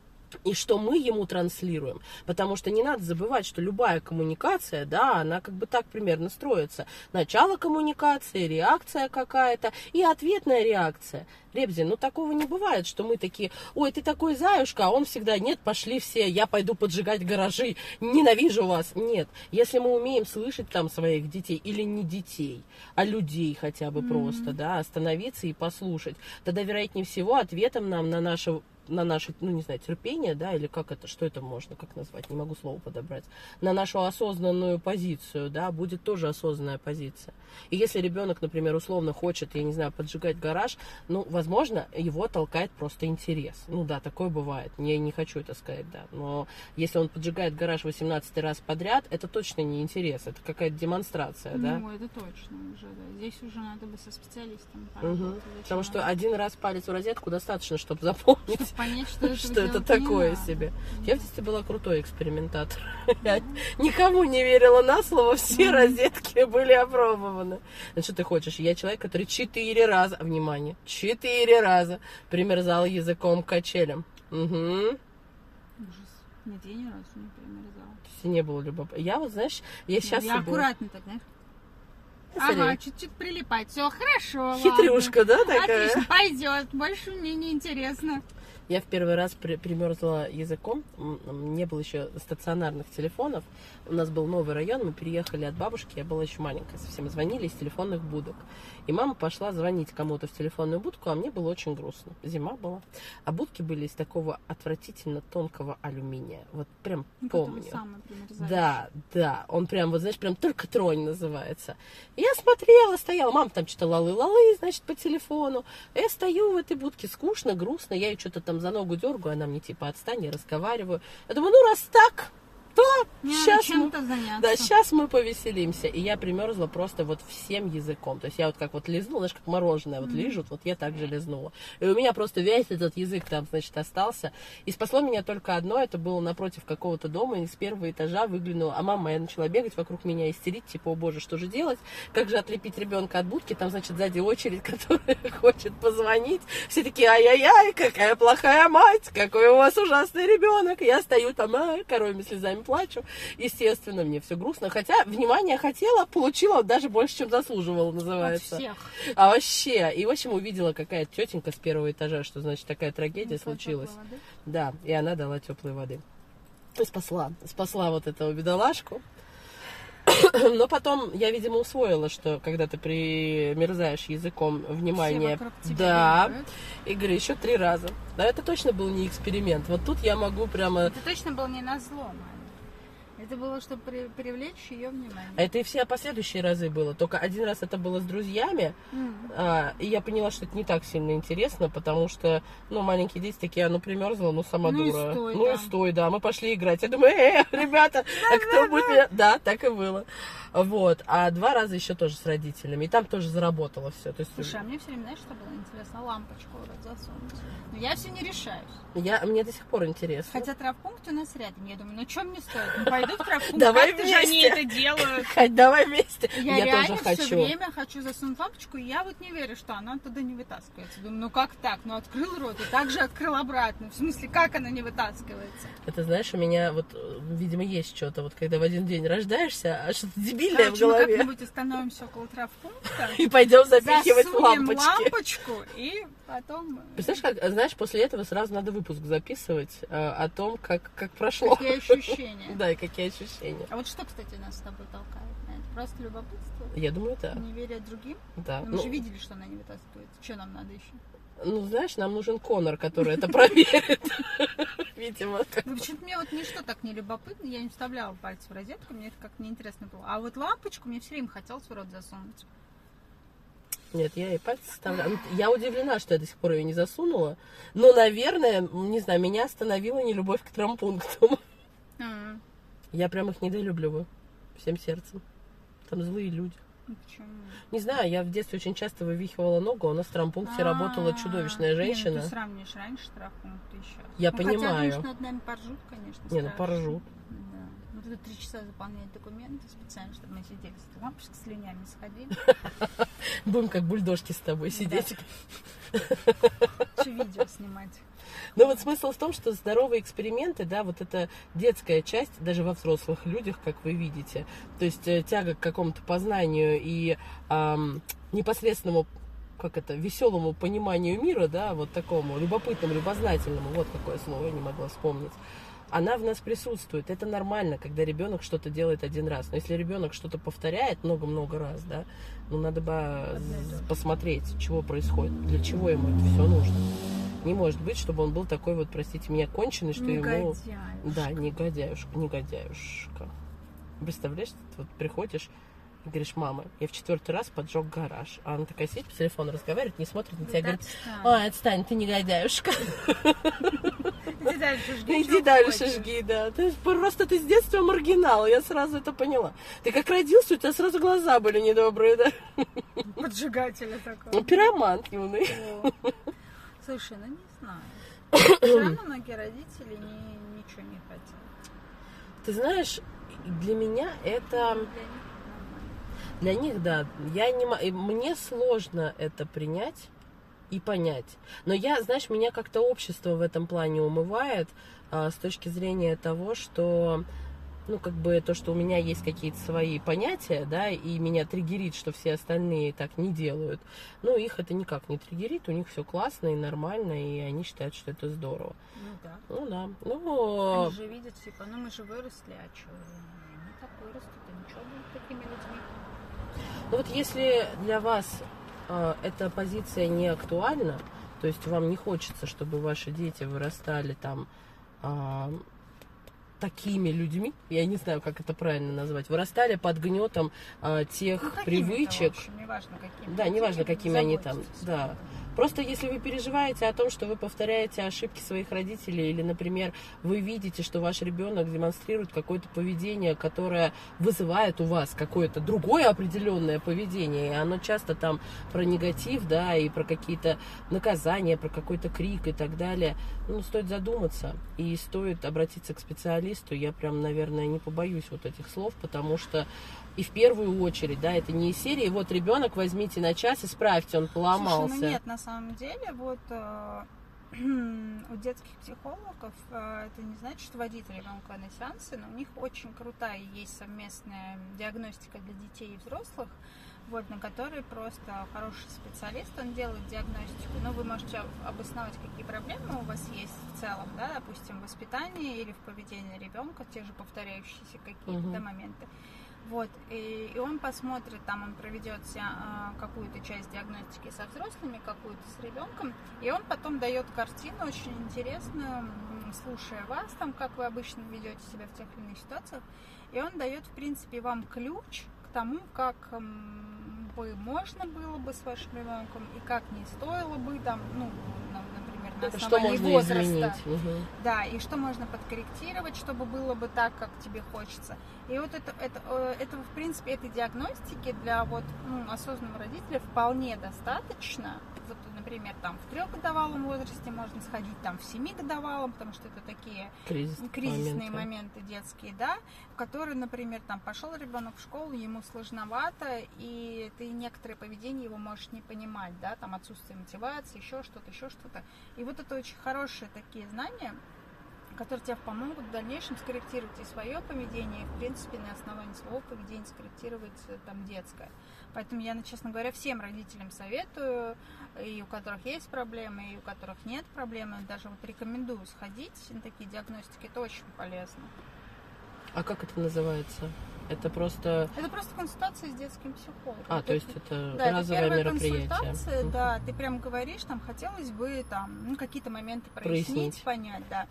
S1: И что мы ему транслируем. Потому что не надо забывать, что любая коммуникация, да, она как бы так примерно строится. Начало коммуникации, реакция какая-то и ответная реакция. Ребзи, ну такого не бывает, что мы такие, ой, ты такой заюшка, а он всегда, нет, пошли все, я пойду поджигать гаражи, ненавижу вас. Нет, если мы умеем слышать там своих детей, или не детей, а людей хотя бы mm-hmm. просто, да, остановиться и послушать, тогда, вероятнее всего, ответом нам на наше на наше, ну, не знаю, терпение, да, или как это, что это можно, как назвать, не могу слово подобрать, на нашу осознанную позицию, да, будет тоже осознанная позиция. И если ребенок, например, условно хочет, я не знаю, поджигать гараж, ну, возможно, его толкает просто интерес. Ну, да, такое бывает, я не хочу это сказать, да, но если он поджигает гараж восемнадцатый раз подряд, это точно не интерес, это какая-то демонстрация,
S2: ну,
S1: да.
S2: Ну, это точно уже, да, здесь уже надо бы со специалистом поработать.
S1: Угу. Потому что один раз палец в розетку достаточно, чтобы запомнить.
S2: понять, что это,
S1: что это такое себе. Я в детстве была крутой экспериментатор. Я никому не верила на слово, все розетки были опробованы. Ну что ты хочешь? Я человек, который четыре раза, внимание, четыре раза примерзал языком к качелям. Угу.
S2: Ужас. Нет, я ни разу не примерзала.
S1: То есть не было любопытно. Я вот, знаешь, я сейчас
S2: Я
S1: себе...
S2: аккуратно так, знаешь.
S1: Смотри.
S2: Ага, чуть-чуть прилипать. Все хорошо.
S1: Хитрюшка,
S2: ладно.
S1: да, такая?
S2: Отлично, пойдет. Больше мне не интересно.
S1: Я в первый раз при, примерзла языком. Не было еще стационарных телефонов. У нас был новый район, мы переехали от бабушки, я была еще маленькая совсем. Звонили из телефонных будок. И мама пошла звонить кому-то в телефонную будку, а мне было очень грустно. Зима была. А будки были из такого отвратительно тонкого алюминия. Вот прям
S2: Ну,
S1: помню.
S2: самый примерзающий.
S1: Да, да. Он прям, вот знаешь, прям только тронь называется. И я смотрела, стояла. Мама там что-то лалы-лалы, значит, по телефону. А я стою в этой будке, скучно, грустно. Я ее что-то там за ногу дергаю, она мне типа отстань, я разговариваю. Я думаю, ну раз так, то
S2: Не,
S1: сейчас мы,
S2: чем-то заняться.
S1: да, сейчас мы повеселимся. И я примерзла просто вот всем языком. То есть я вот как вот лизнула, знаешь, как мороженое вот mm-hmm. лижут, вот я так же лизнула. И у меня просто весь этот язык там, значит, остался. И спасло меня только одно, это было напротив какого-то дома, и с первого этажа выглянула, а мама моя начала бегать вокруг меня, истерить, типа, о боже, что же делать? Как же отлепить ребенка от будки? Там, значит, сзади очередь, которая хочет позвонить. Все такие, ай-яй-яй, какая плохая мать, какой у вас ужасный ребенок. Я стою там, а, коровьими слезами плачу. Естественно, мне все грустно. Хотя, внимание хотела, получила даже больше, чем заслуживала, называется.
S2: От всех.
S1: А вообще. И, в общем, увидела какая-то тетенька с первого этажа, что, значит, такая трагедия
S2: Ну,
S1: случилась.
S2: воды.
S1: Да, и она дала теплой воды. И спасла. Спасла вот этого бедолашку. Но потом я, видимо, усвоила, что когда ты примерзаешь языком, внимание, да, бегают. И говорю, еще три раза. Да, это точно был не эксперимент. Вот тут я могу прямо...
S2: Это точно был не назло, Маня. Это было, чтобы при- привлечь ее внимание.
S1: А это и все последующие разы было. Только один раз это было с друзьями. Mm. А, и я поняла, что это не так сильно интересно, потому что, ну, маленькие дети такие, а ну, примерзла, ну, сама
S2: ну
S1: дура.
S2: И стой,
S1: ну
S2: да.
S1: и стой, да. Мы пошли играть. Я думаю, э, ребята, а кто будет меня... Да, так и было. Вот. А два раза еще тоже с родителями. И там тоже заработало все. То есть...
S2: Слушай, а мне все время, знаешь, что было интересно? Лампочку в рот засунуть. Но я все не решаюсь.
S1: Я, мне до сих пор интересно.
S2: Хотя травмпункт у нас рядом. Я думаю, ну что мне стоит? Ну пойду в травмпункт.
S1: Давай
S2: как-то же они это делают.
S1: Хоть давай вместе.
S2: Я,
S1: я
S2: реально
S1: тоже хочу.
S2: все время хочу засунуть лампочку, и я вот не верю, что она оттуда не вытаскивается. Думаю, ну как так? Ну открыл рот и также открыл обратно. В смысле, как она не вытаскивается?
S1: Это, знаешь, у меня вот, видимо, есть что-то, вот когда в один день рождаешься, а что-то дебильное
S2: Короче,
S1: в голове.
S2: мы как-нибудь остановимся около травмпункта.
S1: И пойдем запихивать лампочки.
S2: лампочку, и потом...
S1: Представляешь, как, знаешь, после этого сразу надо выпуск записывать э, о том, как, как прошло.
S2: Какие ощущения.
S1: Да, и какие ощущения.
S2: А вот что, кстати, нас с тобой толкает на это? Просто любопытство?
S1: Я думаю, да.
S2: Неверие другим?
S1: Да.
S2: Мы
S1: ну,
S2: же видели, что она не вытаскивается. Что нам надо еще?
S1: Ну, знаешь, нам нужен Конор, который это проверит. Видимо.
S2: Ну, почему-то мне вот ничто так не любопытно. Я не вставляла пальцы в розетку, мне это как-то неинтересно было. А вот лампочку мне все время хотелось в рот засунуть.
S1: Нет, я и пальцы вставляла. Я удивлена, что я до сих пор ее не засунула. Но, наверное, не знаю, меня остановила нелюбовь к травмпунктам.
S2: А-а.
S1: Я прям их недолюбливаю всем сердцем. Там злые люди.
S2: Почему?
S1: Не знаю, я в детстве очень часто вывихивала ногу, у нас в травмпункте работала чудовищная женщина.
S2: Не, ну ты сравнишь раньше травмпункт и сейчас.
S1: Я
S2: ну,
S1: понимаю.
S2: Хотя, думаешь, над нами поржут, конечно.
S1: Не, ну поржут.
S2: Да. Ну тут три часа заполнять документы специально, чтобы мы сидели с лампочкой, с слюнями сходили.
S1: Будем как бульдожки с тобой сидеть.
S2: Что видео снимать.
S1: Ну вот смысл в том, что здоровые эксперименты, да, вот эта детская часть, даже во взрослых людях, как вы видите, то есть тяга к какому-то познанию и эм, непосредственному, как это, веселому пониманию мира, да, вот такому любопытному, любознательному, вот какое слово я не могла вспомнить, она в нас присутствует. Это нормально, когда ребенок что-то делает один раз. Но если ребенок что-то повторяет много-много раз, да, ну надо бы посмотреть, чего происходит, для чего ему это все нужно. Не может быть, чтобы он был такой вот, простите меня, конченый, что ему... Да, негодяюшка, негодяюшка. Представляешь, ты вот приходишь и говоришь, мама, я в четвертый раз поджег гараж. А она такая сидит по телефону, разговаривает, не смотрит на тебя,
S2: да,
S1: говорит,
S2: отстань.
S1: ой, отстань, ты негодяюшка.
S2: Иди дальше жги.
S1: Иди дальше жги, да. Ты, просто ты с детства маргинал, я сразу это поняла. Ты как родился, у тебя сразу глаза были недобрые, да?
S2: Поджигателя такого.
S1: Пиромант юный.
S2: Слушай, ну не знаю. Все равно многие родители не, ничего не хотят.
S1: Ты знаешь, для меня это...
S2: Для них
S1: Для них, да. Я не... Мне сложно это принять и понять. Но я, знаешь, меня как-то общество в этом плане умывает а, с точки зрения того, что... Ну, как бы то, что у меня есть какие-то свои понятия, да, и меня триггерит, что все остальные так не делают. Ну, их это никак не триггерит, у них все классно и нормально, и они считают, что это здорово.
S2: Ну да.
S1: Ну да. Ну,
S2: они же видят, типа, ну мы же выросли, а что? Они так вырастут, и ничего будут такими людьми.
S1: ну вот если для вас э, эта позиция не актуальна, то есть вам не хочется, чтобы ваши дети вырастали там... Э, такими людьми, я не знаю, как это правильно назвать, вырастали под гнетом а, тех
S2: ну,
S1: привычек.
S2: Общем, неважно, какими.
S1: Да, неважно, какими они там. Да.
S2: Этом.
S1: Просто если вы переживаете о том, что вы повторяете ошибки своих родителей, или, например, вы видите, что ваш ребенок демонстрирует какое-то поведение, которое вызывает у вас какое-то другое определенное поведение, и оно часто там про негатив, да, и про какие-то наказания, про какой-то крик и так далее, ну, стоит задуматься, и стоит обратиться к специалисту. Я прям, наверное, не побоюсь вот этих слов, потому что и в первую очередь, да, это не из серии, вот ребенок возьмите на час, исправьте, он поломался.
S2: Слушай, ну нет, на самом деле, вот э, у детских психологов э, это не значит, что водить ребенка на сеансы, но у них очень крутая есть совместная диагностика для детей и взрослых, вот, на которой просто хороший специалист, он делает диагностику, но вы можете обосновать, какие проблемы у вас есть в целом, да, допустим, в воспитании или в поведении ребенка, те же повторяющиеся какие-то
S1: Угу.
S2: да, моменты. Вот, и, и он посмотрит, там он проведет а, какую-то часть диагностики со взрослыми, какую-то с ребенком, и он потом дает картину очень интересную, слушая вас, там, как вы обычно ведете себя в тех или иных ситуациях, и он дает, в принципе, вам ключ к тому, как м, бы можно было бы с вашим ребенком, и как не стоило бы, там, ну, например, на основании
S1: что можно
S2: возраста.
S1: изменить. Угу.
S2: Да, и что можно подкорректировать, чтобы было бы так, как тебе хочется. И вот это, это, этого, в принципе, этой диагностики для вот, ну, осознанного родителя вполне достаточно. Вот, например, там в трехгодовалом возрасте можно сходить там в семигодовалом, потому что это такие
S1: Кризисные
S2: кризисные
S1: моменты.
S2: моменты детские, да, в которые, например, там пошел ребенок в школу, ему сложновато, и ты некоторые поведения его можешь не понимать, да, там отсутствие мотивации, еще что-то, еще что-то. И вот это очень хорошие такие знания, которые тебе помогут в дальнейшем скорректировать и свое поведение, и, в принципе, на основании своего поведения скорректировать там детское. Поэтому я, честно говоря, всем родителям советую, и у которых есть проблемы, и у которых нет проблемы, даже вот рекомендую сходить на такие диагностики, это очень полезно.
S1: А как это называется? Это просто...
S2: Это просто консультация с детским психологом.
S1: А,
S2: это,
S1: то есть это
S2: да,
S1: разовое
S2: это
S1: мероприятие.
S2: Консультация, да, ты прям говоришь, там хотелось бы там, ну, какие-то моменты прояснить,
S1: Прояснить.
S2: понять, да.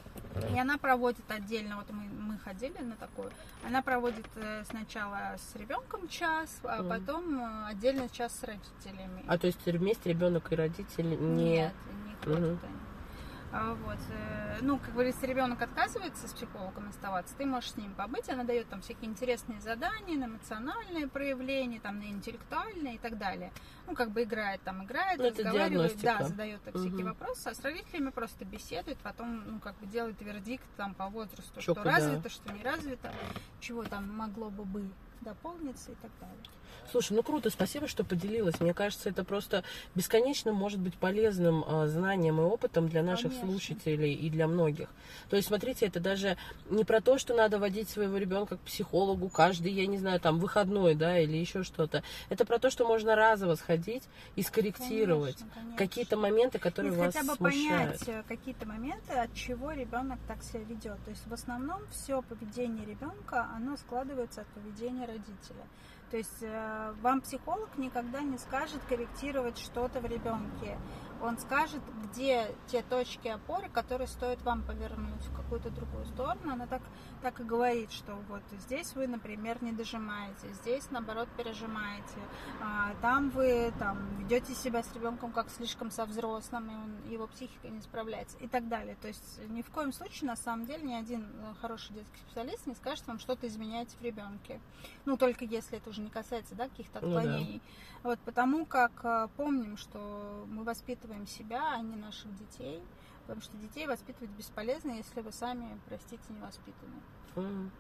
S2: И она проводит отдельно, вот мы, мы ходили на такую, она проводит э, сначала с ребенком час, а
S1: Mm.
S2: потом э, отдельно час с родителями.
S1: А то есть вместе ребенок и родитель не...
S2: Нет, не ходят
S1: Мгм.
S2: они. А, вот, э, ну, как говорится, ребенок отказывается с психологом оставаться, ты можешь с ним побыть, она дает там всякие интересные задания на эмоциональные проявления, там, на интеллектуальные и так далее. Ну, как бы играет, там, играет,
S1: Ну, это
S2: разговаривает, да,
S1: диагностика.
S2: задает там всякие
S1: Мгм.
S2: вопросы, а с родителями просто беседует, потом, ну, как бы делает вердикт там по возрасту,
S1: Чё,
S2: что
S1: куда?
S2: развито, что не развито, чего там могло бы бы дополниться и так далее.
S1: Слушай, ну круто, спасибо, что поделилась. Мне кажется, это просто бесконечно может быть полезным а, знанием и опытом для наших
S2: Конечно.
S1: слушателей и для многих. То есть, смотрите, это даже не про то, что надо водить своего ребенка к психологу каждый, я не знаю, там, выходной, да, или еще что-то. Это про то, что можно разово сходить и скорректировать
S2: Конечно, конечно.
S1: какие-то моменты, которые
S2: Нет,
S1: вас
S2: хотя бы
S1: смущают.
S2: понять какие-то моменты, от чего ребенок так себя ведет. То есть в основном все поведение ребенка, оно складывается от поведения родителя. То есть э, вам психолог никогда не скажет корректировать что-то в ребенке. Он скажет, где те точки опоры, которые стоит вам повернуть в какую-то другую сторону. Она так, так и говорит, что вот здесь вы, например, не дожимаете, здесь, наоборот, пережимаете. А, там вы там, ведете себя с ребенком как слишком со взрослым, и он, его психика не справляется и так далее. То есть ни в коем случае, на самом деле, ни один хороший детский специалист не скажет вам, что-то изменяете в ребенке. Ну, только если это уже не касается, да, каких-то отклонений. Ну, да. Вот, потому как помним, что мы воспитываем воспитываем себя, а не наших детей. Потому что детей воспитывать бесполезно, если вы сами, простите, не воспитаны.
S1: Mm.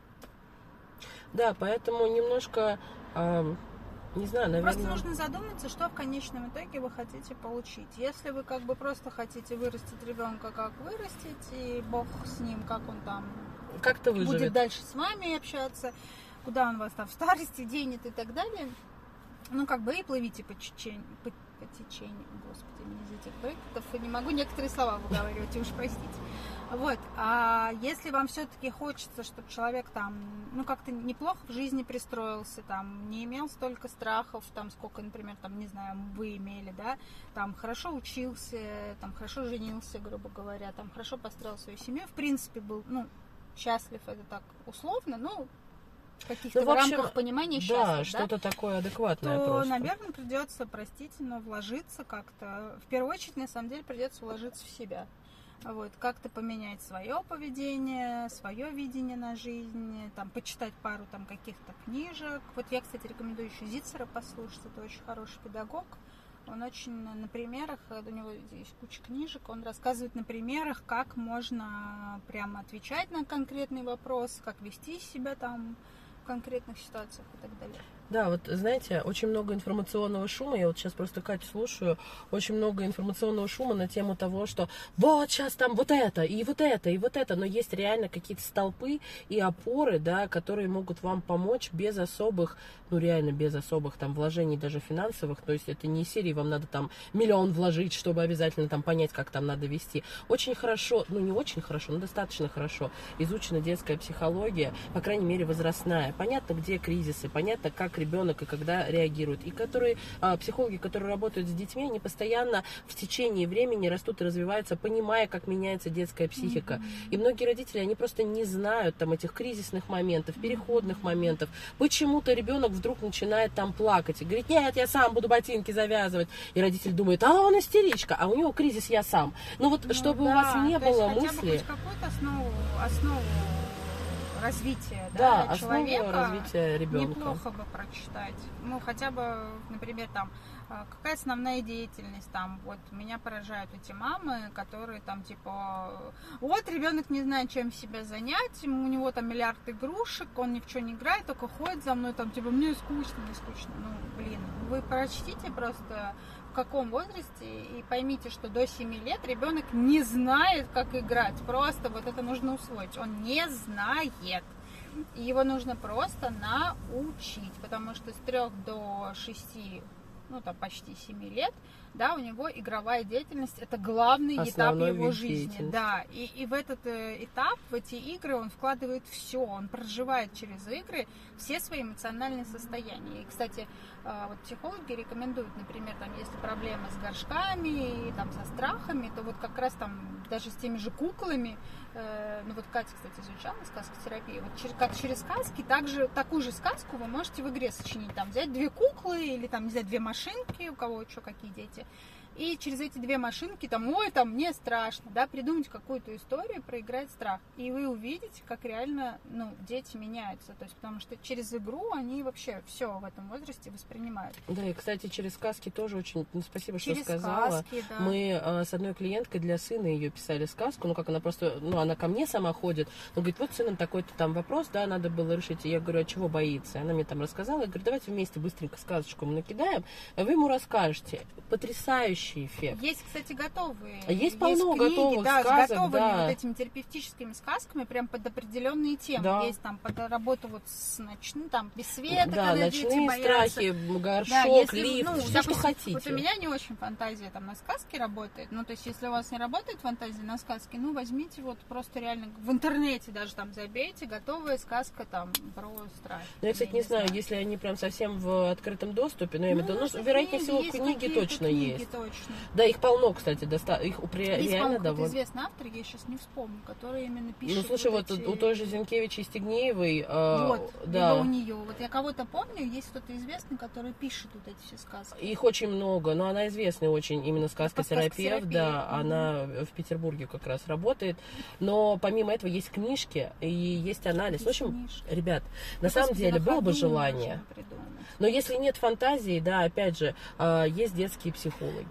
S1: Да, поэтому немножко, э, не знаю, наверное...
S2: Просто нужно задуматься, что в конечном итоге вы хотите получить. Если вы как бы просто хотите вырастить ребенка, как вырастить, и бог с ним, как он там
S1: как-то выживет,
S2: будет дальше с вами общаться, куда он вас там в старости денет и так далее, ну как бы и плывите по течению, по, по течению, господи, мне из этих проектов я не могу некоторые слова выговаривать, уж простите. Вот, а если вам все-таки хочется, чтобы человек там, ну, как-то неплохо в жизни пристроился, там, не имел столько страхов, там, сколько, например, там, не знаю, вы имели, да, там, хорошо учился, там, хорошо женился, грубо говоря, там, хорошо построил свою семью, в принципе, был, ну, счастлив, это так условно, ну, в каких-то
S1: ну, в общем,
S2: рамках понимания
S1: счастлив,
S2: да,
S1: да, что-то такое адекватное
S2: то,
S1: просто.
S2: наверное, придется, простите, но вложиться как-то, в первую очередь, на самом деле, придется вложиться в себя. Вот, как-то поменять свое поведение, свое видение на жизнь, там, почитать пару там каких-то книжек. Вот я, кстати, рекомендую еще Зицера послушать, это очень хороший педагог. Он очень на примерах, у него есть куча книжек, он рассказывает на примерах, как можно прямо отвечать на конкретный вопрос, как вести себя там в конкретных ситуациях и так далее.
S1: Да, вот знаете, очень много информационного шума, я вот сейчас просто Катю слушаю, очень много информационного шума на тему того, что вот сейчас там вот это, и вот это, и вот это, но есть реально какие-то столпы и опоры, да, которые могут вам помочь без особых, ну реально без особых там вложений даже финансовых, то есть это не из серии, вам надо там миллион вложить, чтобы обязательно там понять, как там надо вести. Очень хорошо, ну не очень хорошо, но достаточно хорошо изучена детская психология, по крайней мере возрастная, понятно, где кризисы, понятно, как ребенок и когда реагирует. И которые, а, психологи, которые работают с детьми, они постоянно в течение времени растут и развиваются, понимая, как меняется детская психика. Mm-hmm. И многие родители, они просто не знают там этих кризисных моментов, переходных моментов. Почему-то ребенок вдруг начинает там плакать и говорит, нет, я сам буду ботинки завязывать. И родитель думает, а он истеричка, а у него кризис я сам. Ну вот, ну, чтобы да, у вас не было
S2: есть,
S1: мысли...
S2: Хотя бы хоть какую-то основу, основу развития,
S1: да,
S2: да, человека,
S1: развития ребенка.
S2: Неплохо бы прочитать. Ну, хотя бы, например, там, какая основная деятельность там. Вот меня поражают эти мамы, которые там типа, вот ребенок не знает, чем себя занять, у него там миллиард игрушек, он ни в чем не играет, только ходит за мной, там типа, мне скучно, мне скучно. Ну, блин, вы прочтите просто в каком возрасте и поймите, что до семи лет ребенок не знает, как играть. Просто вот это нужно усвоить. Он не знает. И его нужно просто научить, потому что с трех до шести, ну там почти семи лет, да, у него игровая деятельность это главный Основной этап его жизни. Да, и, и в этот э, этап, в эти игры он вкладывает все, он проживает через игры все свои эмоциональные состояния. И, кстати, э, вот психологи рекомендуют, например, там, если проблемы с горшками и там со страхами, то вот как раз там даже с теми же куклами, э, ну вот Катя, кстати, изучала сказкотерапию, вот через, как через сказки, также такую же сказку вы можете в игре сочинить, там взять две куклы или там, не знаю, две машинки, у кого что, какие дети, и через эти две машинки, там, ой, там, мне страшно, да, придумать какую-то историю, проиграть страх. И вы увидите, как реально, ну, дети меняются. То есть, потому что через игру они вообще все в этом возрасте воспринимают. Да,
S1: и, кстати, через сказки тоже очень, ну, спасибо,
S2: через
S1: что сказала.
S2: Сказки, да.
S1: Мы э, с одной клиенткой для сына ее писали сказку, ну, как она просто, ну, она ко мне сама ходит, он говорит, вот с сыном такой-то там вопрос, да, надо было решить. И я говорю, а чего боится? Она мне там рассказала, я говорю, давайте вместе быстренько сказочку ему накидаем, а вы ему расскажете. Потрясающий эффект.
S2: Есть, кстати, готовые.
S1: Есть, есть полно
S2: книги,
S1: готовых
S2: да,
S1: сказок,
S2: с готовыми
S1: да.
S2: вот этими терапевтическими сказками прям под определенные темы. Да. Есть там под работу вот с ночным, там без света,
S1: да,
S2: когда
S1: ночные
S2: дети боятся.
S1: страхи, горшок,
S2: да, если,
S1: лифт,
S2: ну,
S1: все,
S2: допустим,
S1: что хотите.
S2: Вот у меня не очень фантазия там на сказке работает. Ну, то есть, если у вас не работает фантазия на сказке, ну, возьмите вот просто реально в интернете даже там забейте, готовая сказка там про страх.
S1: Ну, я, кстати, не, не знаю, знаю, если они прям совсем в открытом доступе, но я имею в виду, ну, вероятнее всего, книги точно
S2: книги
S1: есть.
S2: Точно.
S1: Да, их полно, кстати, доста... их при...
S2: Есть,
S1: реально довольно.
S2: известный автор, я сейчас не вспомню, который именно пишет.
S1: Ну, слушай, вот,
S2: вот
S1: вот
S2: эти...
S1: у той же Зинкевич и Стегнеевой. Э,
S2: вот,
S1: да.
S2: у нее. Вот я кого-то помню, есть кто-то известный, который пишет вот эти все сказки.
S1: Их очень много, но она известная очень, именно сказкотерапевт, да, mm-hmm. она в Петербурге как раз работает. Но помимо этого есть книжки и есть анализ. Есть в общем, книжки. Ребят, на ну, самом деле было бы желание. Но если нет фантазии, да, опять же, есть детские психологи,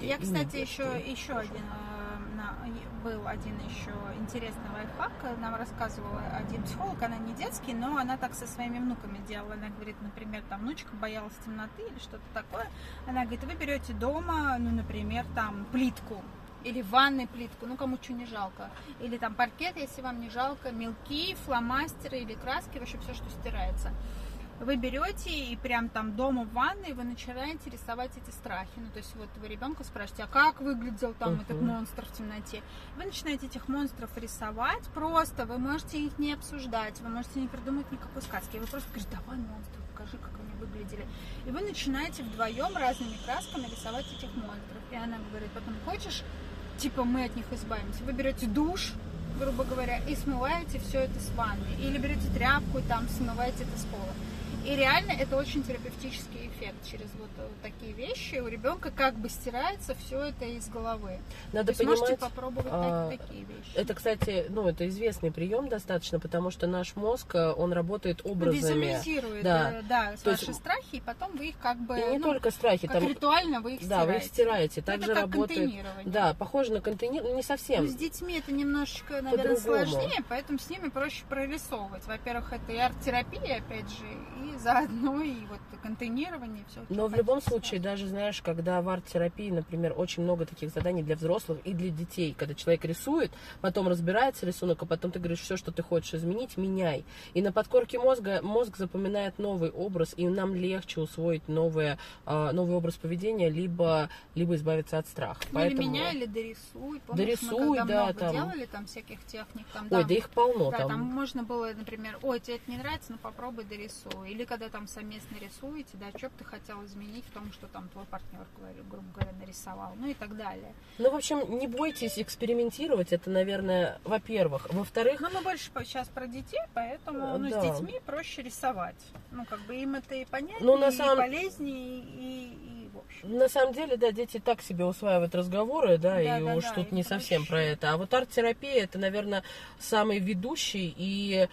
S2: Я,
S1: и
S2: кстати,
S1: не
S2: еще,
S1: верьте.
S2: еще один э, на- был один еще интересный лайфхак. Нам рассказывала один психолог, она не детский, но она так со своими внуками делала. Она говорит, например, там внучка боялась темноты или что-то такое. Она говорит, вы берете дома, ну, например, там плитку. Или в ванной плитку, ну кому что не жалко. Или там паркет, если вам не жалко, мелки, фломастеры или краски, вообще все, что стирается. Вы берете и прям там дома в ванной вы начинаете рисовать эти страхи. Ну, то есть вот вы ребенка спрашиваете, а как выглядел там uh-huh. этот монстр в темноте? Вы начинаете этих монстров рисовать просто, вы можете их не обсуждать, вы можете не придумать никакой сказки. Вы просто говорите, давай монстры, покажи, как они выглядели. И вы начинаете вдвоем разными красками рисовать этих монстров. И она говорит, потом хочешь, типа мы от них избавимся. Вы берете душ, грубо говоря, и смываете все это с ванны. Или берете тряпку и там смываете это с пола. И реально это очень терапевтический эффект. Через вот, вот такие вещи у ребенка как бы стирается все это из головы.
S1: Надо
S2: То есть
S1: понимать,
S2: можете попробовать
S1: а,
S2: такие вещи.
S1: Это, кстати, ну, это известный прием достаточно, потому что наш мозг, он работает образами.
S2: Визуализирует,
S1: да,
S2: да,
S1: То
S2: ваши
S1: есть,
S2: страхи, и потом вы их как бы...
S1: И не
S2: ну,
S1: только страхи.
S2: как
S1: там,
S2: ритуально вы их
S1: да,
S2: стираете.
S1: вы их стираете.
S2: Это
S1: Также
S2: как
S1: работает...
S2: контейнирование.
S1: Да, похоже на контейнирование, не совсем.
S2: Ну, с детьми это немножечко, наверное,
S1: По-другому.
S2: сложнее, поэтому с ними проще прорисовывать. Во-первых, это и арт-терапия, опять же, и заодно и вот контейнирование, все.
S1: Но в любом случае, даже, знаешь, когда в арт-терапии, например, очень много таких заданий для взрослых и для детей, когда человек рисует, потом разбирается рисунок, а потом ты говоришь, все, что ты хочешь изменить, меняй. И на подкорке мозга мозг запоминает новый образ, и нам легче усвоить новое, новый образ поведения, либо, либо избавиться от страха.
S2: Ну,
S1: Поэтому...
S2: или меня, или дорисуй. Помнишь,
S1: Дорисуй,
S2: мы когда
S1: да,
S2: много
S1: там...
S2: делали там всяких техник. Там,
S1: Ой,
S2: да,
S1: да их полно
S2: да,
S1: там.
S2: там можно было, например, ой, тебе это не нравится, ну попробуй дорисуй. Или когда там совместно рисуете, да, что бы ты хотел изменить в том, что там твой партнер, грубо говоря, нарисовал, ну и так далее.
S1: Ну, в общем, не бойтесь экспериментировать, это, наверное, во-первых. Во-вторых...
S2: Ну, мы больше сейчас про детей, поэтому ну,
S1: да.
S2: с детьми проще рисовать. Ну, как бы им это и понятнее,
S1: ну, на
S2: и
S1: самом...
S2: полезнее, и, и в общем.
S1: На самом деле, да, дети так себе усваивают разговоры, да,
S2: да
S1: и
S2: да,
S1: уж
S2: да,
S1: тут не
S2: проще.
S1: совсем про это. А вот арт-терапия, это, наверное, самый ведущий и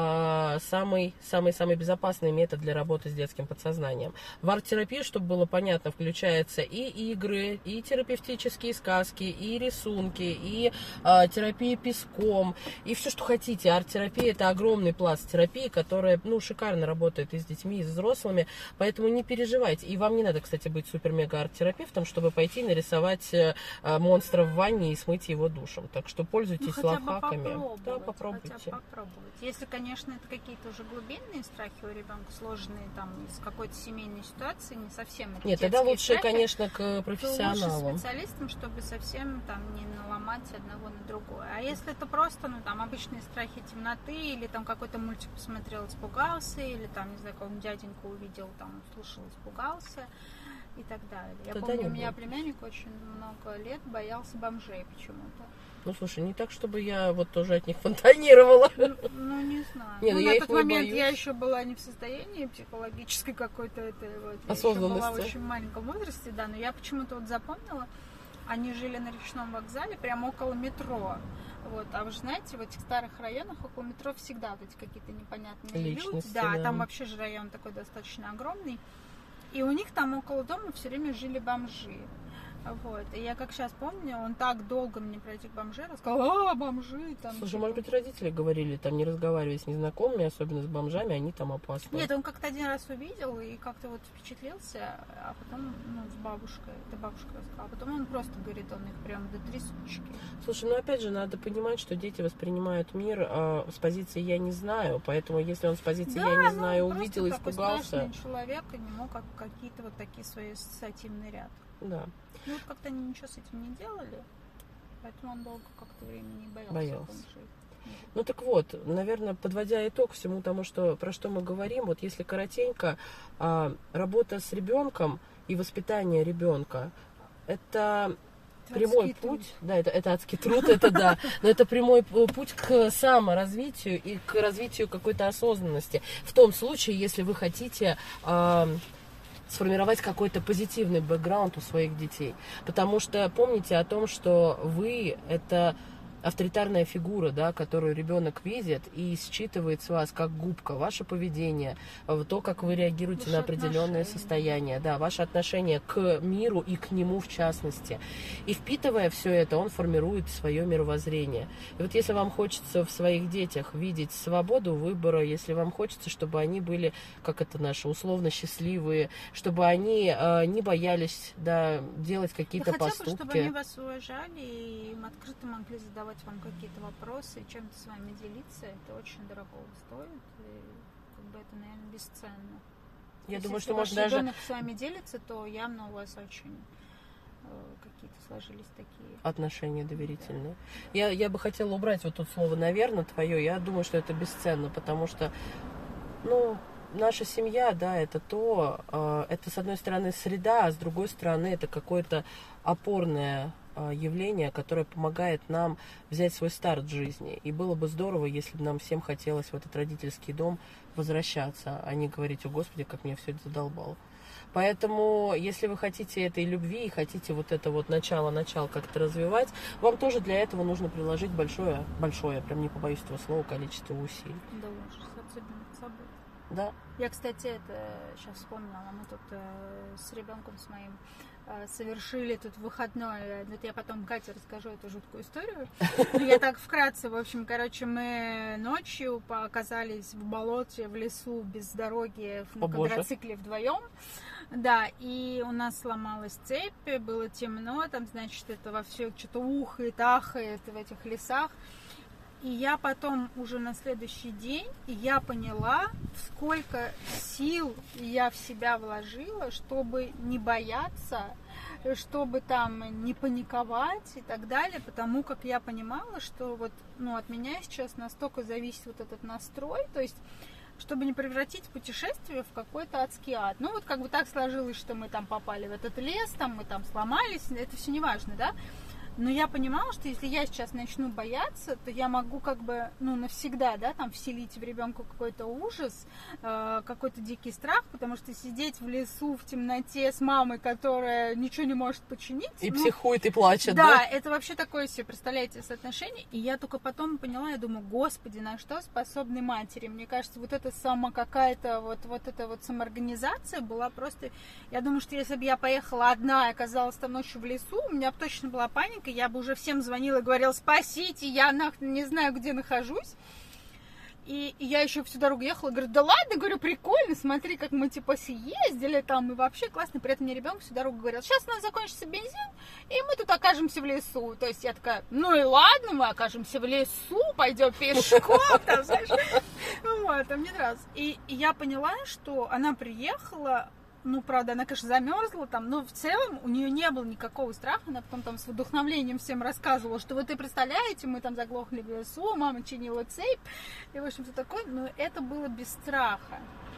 S1: а, самый, самый, самый безопасный метод для работы с детским подсознанием. В арт-терапии, чтобы было понятно, включаются и игры, и терапевтические сказки, и рисунки, и а, терапия песком, и все, что хотите. Арт-терапия — это огромный пласт терапии, которая, ну, шикарно работает и с детьми, и с взрослыми, поэтому не переживайте. И вам не надо, кстати, быть супер-мега-арт-терапевтом, чтобы пойти нарисовать а, монстра в ванне и смыть его душем. Так что пользуйтесь
S2: ну,
S1: лайфхаками. Да,
S2: попробуйте.
S1: попробуйте.
S2: попробовать. Если, конечно, это какие-то уже глубинные страхи у ребенка, сложные там из какой-то семейной ситуации, не совсем это
S1: Нет, тогда лучше,
S2: страхи,
S1: конечно, к
S2: то
S1: профессионалам.
S2: лучше специалистам, чтобы совсем там не наломать одного на другое. А если это просто, ну, там, обычные страхи темноты, или там какой-то мультик посмотрел, испугался, или там, не знаю, какого-нибудь дяденьку увидел, там, услышал, испугался, и так далее. Я
S1: Тогда
S2: помню,
S1: не
S2: у меня
S1: будет.
S2: племянник очень много лет боялся бомжей почему-то.
S1: Ну, слушай, не так, чтобы я вот тоже от них фонтанировала.
S2: Ну, ну не знаю.
S1: Не, ну,
S2: ну,
S1: я
S2: на
S1: их
S2: тот
S1: не
S2: момент
S1: боюсь.
S2: я еще была не в состоянии психологической какой-то этой вот. Я еще
S1: Осознанности.
S2: была в очень маленьком возрасте, да, но я почему-то вот запомнила, они жили на речном вокзале, прямо около метро. Вот, а вы же знаете, в этих старых районах около метро всегда вот эти какие-то непонятные
S1: Личности,
S2: люди. Да,
S1: да.
S2: там вообще же район такой достаточно огромный. И у них там около дома все время жили бомжи. Вот. И я как сейчас помню, он так долго мне про этих бомжей рассказал, а, бомжи там.
S1: Слушай,
S2: типа.
S1: может быть, родители говорили, там, не разговаривай с незнакомыми, особенно с бомжами, они там опасны.
S2: Нет, он как-то один раз увидел и как-то вот впечатлился, а потом, ну, с бабушкой, это бабушка рассказала, а потом он просто говорит, он их прям до трясучки.
S1: Слушай, ну опять же, надо понимать, что дети воспринимают мир а, с позиции «я не знаю», поэтому если он с позиции
S2: Да,
S1: «я не
S2: ну,
S1: знаю»
S2: просто
S1: увидел,
S2: такой
S1: испугался.
S2: страшный человек и не мог как, какие-то вот такие свои ассоциативный ряд.
S1: Да.
S2: Ну вот как-то они ничего с этим не делали, поэтому он долго как-то времени боялся.
S1: Боялся.
S2: бомжей.
S1: Ну так вот, наверное, подводя итог всему тому, что, про что мы говорим, вот если коротенько, а, работа с ребенком и воспитание ребенка, это...
S2: Это
S1: прямой
S2: адский
S1: путь,
S2: труд.
S1: да, это, это адский труд, это да, но это прямой путь к саморазвитию и к развитию какой-то осознанности. В том случае, если вы хотите э, сформировать какой-то позитивный бэкграунд у своих детей. Потому что помните о том, что вы это авторитарная фигура, да, которую ребенок видит и считывает с вас как губка ваше поведение, то, как вы реагируете
S2: Ваше
S1: на определенные
S2: отношение.
S1: состояния, да, ваше отношение к миру и к нему в частности. И впитывая все это, он формирует свое мировоззрение. И вот если вам хочется в своих детях видеть свободу выбора, если вам хочется, чтобы они были, как это наши, условно счастливые, чтобы они э, не боялись, да, делать какие-то
S2: Я хотела бы,
S1: поступки.
S2: чтобы они вас уважали и им открыто могли задавать вам какие-то вопросы, и чем-то с вами делиться. Это очень дорого стоит, и как бы это, наверное, бесценно.
S1: Я
S2: То есть,
S1: думаю,
S2: если
S1: что
S2: ваш
S1: можно даже
S2: ребенок с вами делится, то явно у вас очень э, какие-то сложились такие
S1: отношения доверительные. Я, я бы хотела убрать вот тут слово «наверное» твое. Я думаю, что это бесценно, потому что, ну, наша семья, да, это то, э, это с одной стороны среда, а с другой стороны это какое-то опорное э, явление, которое помогает нам взять свой старт в жизни. И было бы здорово, если бы нам всем хотелось в этот родительский дом возвращаться, а не говорить: «О, Господи, как меня все это задолбало». Поэтому, если вы хотите этой любви и хотите вот это вот начало-начало как-то развивать, вам тоже для этого нужно приложить большое, большое, прям не побоюсь этого слова, количество усилий.
S2: до ужаса, особенно с собой.
S1: Да.
S2: Я, кстати, это сейчас вспомнила, мы тут э, с ребенком с моим э, совершили тут выходной, э, вот я потом Кате расскажу эту жуткую историю, но я так вкратце, в общем, короче, мы ночью оказались в болоте, в лесу, без дороги, на
S1: О, Боже.
S2: квадроцикле вдвоем, да, и у нас сломалась цепь, было темно, там, значит, это во все что-то ухает, ахает в этих лесах. И я потом уже на следующий день я поняла, сколько сил я в себя вложила, чтобы не бояться, чтобы там не паниковать и так далее, потому как я понимала, что вот, ну, от меня сейчас настолько зависит вот этот настрой, то есть чтобы не превратить путешествие в какой-то адский ад. Ну вот как бы так сложилось, что мы там попали в этот лес, там мы там сломались, это все не важно, да? Но я понимала, что если я сейчас начну бояться, то я могу как бы, ну, навсегда, да, там, вселить в ребенка какой-то ужас, э, какой-то дикий страх, потому что сидеть в лесу в темноте с мамой, которая ничего не может починить.
S1: И
S2: ну,
S1: психует, и плачет,
S2: да?
S1: да?
S2: Это вообще такое себе, представляете, соотношение. И я только потом поняла, я думаю: Господи, на что способны матери? Мне кажется, вот эта сама какая-то, вот, вот эта вот самоорганизация была просто... Я думаю, что если бы я поехала одна и оказалась там ночью в лесу, у меня бы точно была паника, я бы уже всем звонила и говорила: спасите, я нахрен не знаю, где нахожусь. И, и я еще всю дорогу ехала, говорю: да ладно, говорю, прикольно, смотри, как мы типа съездили там, и вообще классно. При этом мне ребенок всю дорогу говорил: сейчас у нас закончится бензин, и мы тут окажемся в лесу. То есть я такая: ну и ладно, мы окажемся в лесу, пойдем пешком, там, знаешь. Вот, там не раз. И, и я поняла, что она приехала. Ну, правда, она, конечно, замерзла там, но в целом у нее не было никакого страха. Она потом там с вдохновлением всем рассказывала, что вот и представляете, мы там заглохли в лесу, мама чинила цепь, и, в общем-то, такое. Но это было без страха.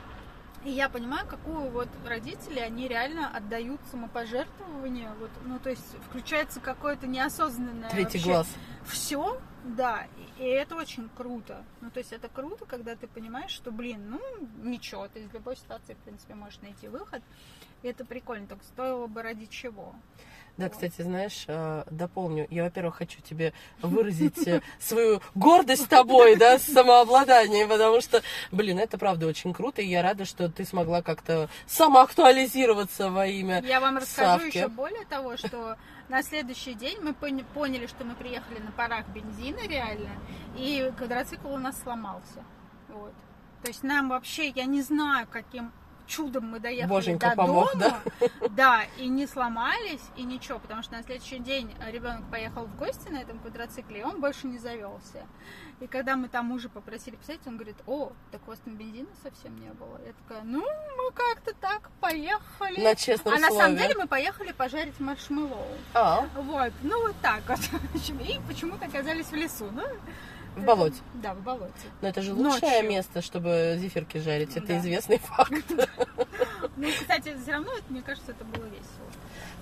S2: И я понимаю, какую вот родители, они реально отдают самопожертвованию. Вот, ну, то есть включается какое-то неосознанное
S1: Третий
S2: вообще
S1: глаз.
S2: все, да, и, и это очень круто. Ну, то есть это круто, когда ты понимаешь, что, блин, ну, ничего, ты из любой ситуации, в принципе, можешь найти выход. И это прикольно, только стоило бы ради чего.
S1: Да, кстати, знаешь, дополню. Я, во-первых, хочу тебе выразить свою гордость тобой, да, самообладание, потому что, блин, это правда очень круто, и я рада, что ты смогла как-то самоактуализироваться во имя
S2: Я вам расскажу
S1: Савки.
S2: еще более того, что на следующий день мы поняли, что мы приехали на парах бензина реально, и квадроцикл у нас сломался. Вот. То есть нам вообще, я не знаю, каким чудом мы доехали
S1: Боженька
S2: до
S1: помог,
S2: дома,
S1: да?
S2: да, и не сломались, и ничего, потому что на следующий день ребенок поехал в гости на этом квадроцикле, и он больше не завелся. И когда мы там мужа попросили писать, он говорит: о, так у вас там бензина совсем не было. Я такая: ну, мы как-то так поехали.
S1: На честном
S2: а на
S1: слове.
S2: самом деле мы поехали пожарить маршмеллоу.
S1: А,
S2: Вот, ну вот так вот. И почему-то оказались в лесу. Ну,
S1: в болоте.
S2: Да, в болоте.
S1: Но это же лучшее
S2: Ночью.
S1: место, чтобы зефирки жарить. Это
S2: Да.
S1: известный факт.
S2: Ну, кстати, все равно, это, мне кажется, это было весело.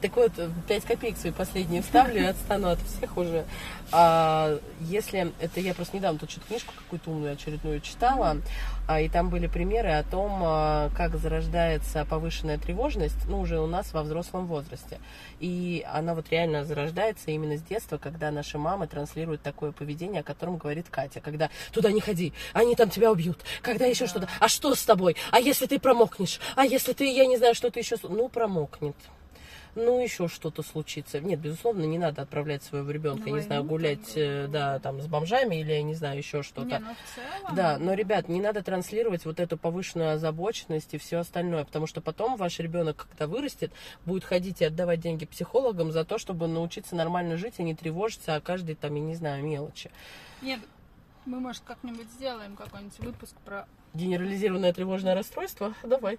S1: Так вот, пять копеек свои последние вставлю и отстану от всех уже. А, если это я просто недавно тут что-то книжку какую-то умную очередную читала, а, и там были примеры о том, а, как зарождается повышенная тревожность, ну, уже у нас во взрослом возрасте. И она вот реально зарождается именно с детства, когда наши мамы транслируют такое поведение, о котором говорит Катя. Когда туда не ходи, они там тебя убьют. Когда еще да. что-то. А что с тобой? А если ты промокнешь? А если ты, я не знаю, что-то еще... Ну, промокнет. Ну, еще что-то случится. Нет, безусловно, не надо отправлять своего ребенка, я не знаю, гулять, э, да, там, с бомжами или, я не знаю, еще что-то.
S2: Не, ну, в целом...
S1: Да, но, ребят, не надо транслировать вот эту повышенную озабоченность и все остальное, потому что потом ваш ребенок, когда вырастет, будет ходить и отдавать деньги психологам за то, чтобы научиться нормально жить и не тревожиться о каждой, там, я не знаю, мелочи.
S2: Нет, мы, может, как-нибудь сделаем какой-нибудь выпуск про...
S1: Генерализированное тревожное расстройство? Давай.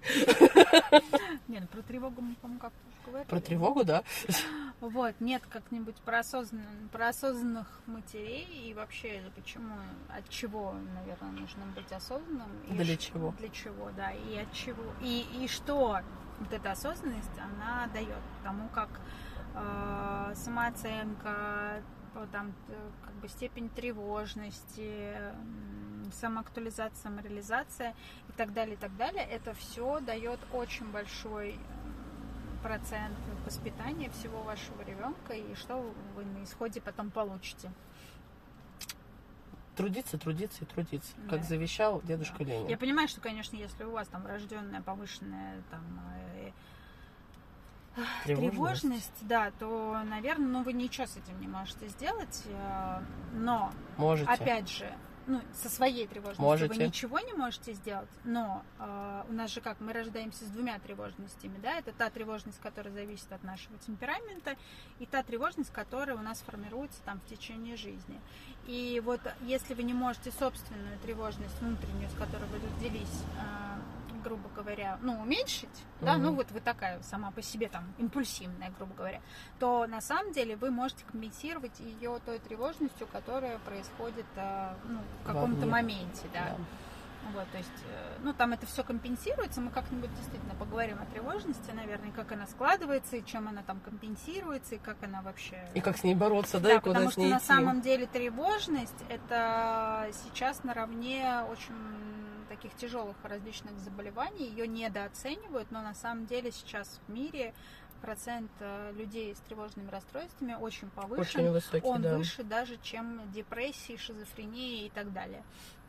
S2: Нет, про тревогу мы, по-моему, как-то уже говорили.
S1: Про тревогу, да.
S2: Вот, нет, как-нибудь про, осознан... про осознанных матерей и вообще почему, от чего, наверное, нужно быть осознанным.
S1: Для
S2: и
S1: чего?
S2: Для чего, да, и от чего. И, и что вот эта осознанность, она дает тому, как э, самооценка, там, как бы степень тревожности, самоактуализация, самореализация и так далее, и так далее. Это все дает очень большой процент воспитания всего вашего ребенка, и что вы на исходе потом получите.
S1: Трудиться, трудиться и трудиться, да. Как завещал дедушка
S2: да.
S1: Ленин.
S2: Я понимаю, что, конечно, если у вас там врожденная повышенная там Тревожность. тревожность, да, то, наверное, ну, вы ничего с этим не можете сделать, но,
S1: можете.
S2: Опять же, ну, со своей тревожностью
S1: можете.
S2: Вы ничего не можете сделать, но э, у нас же как, мы рождаемся с двумя тревожностями, да, это та тревожность, которая зависит от нашего темперамента, и та тревожность, которая у нас формируется там в течение жизни. И вот если вы не можете собственную тревожность внутреннюю, с которой вы родились, э, грубо говоря, ну, уменьшить, mm-hmm. да, ну, вот вы такая сама по себе там импульсивная, грубо говоря, то на самом деле вы можете компенсировать ее той тревожностью, которая происходит э, ну, в каком-то моменте, да. Yeah. Вот, то есть, э, ну, там это все компенсируется, мы как-нибудь действительно поговорим о тревожности, наверное, как она складывается, и чем она там компенсируется, и как она вообще...
S1: И как с ней бороться, да,
S2: да
S1: и куда
S2: потому
S1: с ней
S2: что
S1: идти.
S2: На самом деле тревожность это сейчас наравне очень таких тяжелых различных заболеваний, ее недооценивают, но на самом деле сейчас в мире процент людей с тревожными расстройствами очень повышен,
S1: очень высокий,
S2: он
S1: да.
S2: выше даже, чем депрессии, шизофрении и так далее.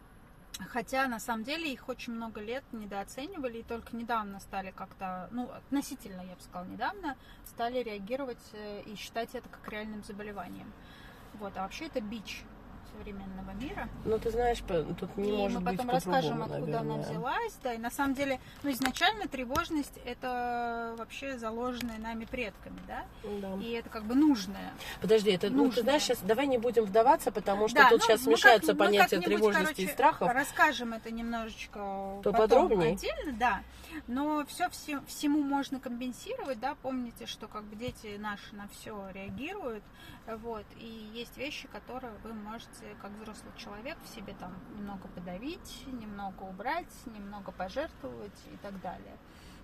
S2: Хотя на самом деле их очень много лет недооценивали, и только недавно стали как-то, ну, относительно, я бы сказала, недавно, стали реагировать и считать это как реальным заболеванием. Вот, а вообще это бич современного мира.
S1: Ну, ты знаешь, тут не
S2: и
S1: может быть
S2: мы потом расскажем,
S1: наверное.
S2: откуда она взялась. Да, и на самом деле, ну, изначально тревожность это вообще заложенная нами предками, да?
S1: Да.
S2: И это как бы нужное.
S1: Подожди, это, ну, ты знаешь, сейчас давай не будем вдаваться, потому что
S2: да,
S1: тут
S2: ну,
S1: сейчас смешаются как, понятия тревожности короче, и страхов.
S2: Расскажем это немножечко
S1: поподробнее.
S2: Отдельно, да. Но все, все всему можно компенсировать, да. Помните, что как бы дети наши на все реагируют, вот. И есть вещи, которые вы можете как взрослый человек в себе там немного подавить, немного убрать, немного пожертвовать и так далее.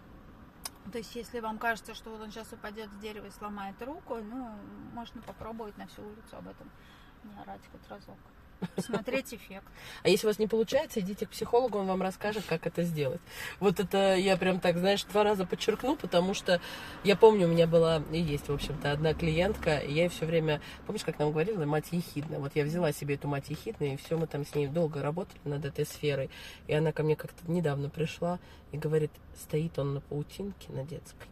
S2: То есть, если вам кажется, что вот он сейчас упадет с дерева и сломает руку, ну, можно попробовать на всю улицу об этом не орать хоть разок. Смотреть эффект.
S1: А если у вас не получается, идите к психологу, он вам расскажет, как это сделать. Вот это я прям так, знаешь, два раза подчеркну, потому что я помню, у меня была и есть, в общем-то, одна клиентка, и я ей все время, помнишь, как нам говорила, мать ехидна. Вот я взяла себе эту мать ехидную, и все, мы там с ней долго работали над этой сферой. И она ко мне как-то недавно пришла и говорит, стоит он на паутинке, на детской.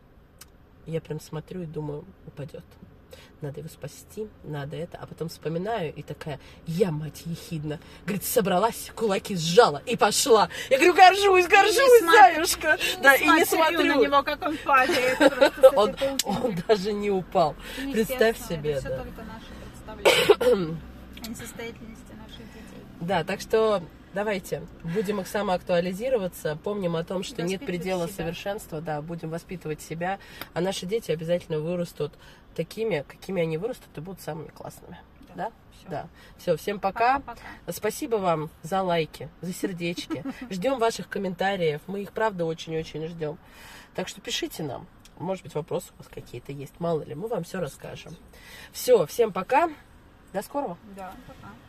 S1: Я прям смотрю и думаю, упадет. Надо его спасти, надо это. А потом вспоминаю и такая, я, мать ехидна. Говорит, собралась, кулаки сжала и пошла. Я говорю, горжусь, горжусь, заюшка.
S2: И
S1: да,
S2: не
S1: и не смотрю
S2: на него, как он падает.
S1: он, он даже не упал. Представь себе.
S2: Это
S1: да.
S2: все только наше представление о несостоятельности наших детей.
S1: Да, так что давайте будем их самоактуализироваться, помним о том, что нет предела
S2: себя.
S1: совершенства, да, будем воспитывать себя, а наши дети обязательно вырастут такими, какими они вырастут, и будут самыми классными. Да? Да, все. Да. Все, всем пока.
S2: Пока-пока.
S1: Спасибо вам за лайки, за сердечки. Ждем ваших комментариев. Мы их, правда, очень-очень ждем. Так что пишите нам. Может быть, вопросы у вас какие-то есть, мало ли, мы вам все расскажем. Все, всем пока, до скорого.
S2: Да, пока.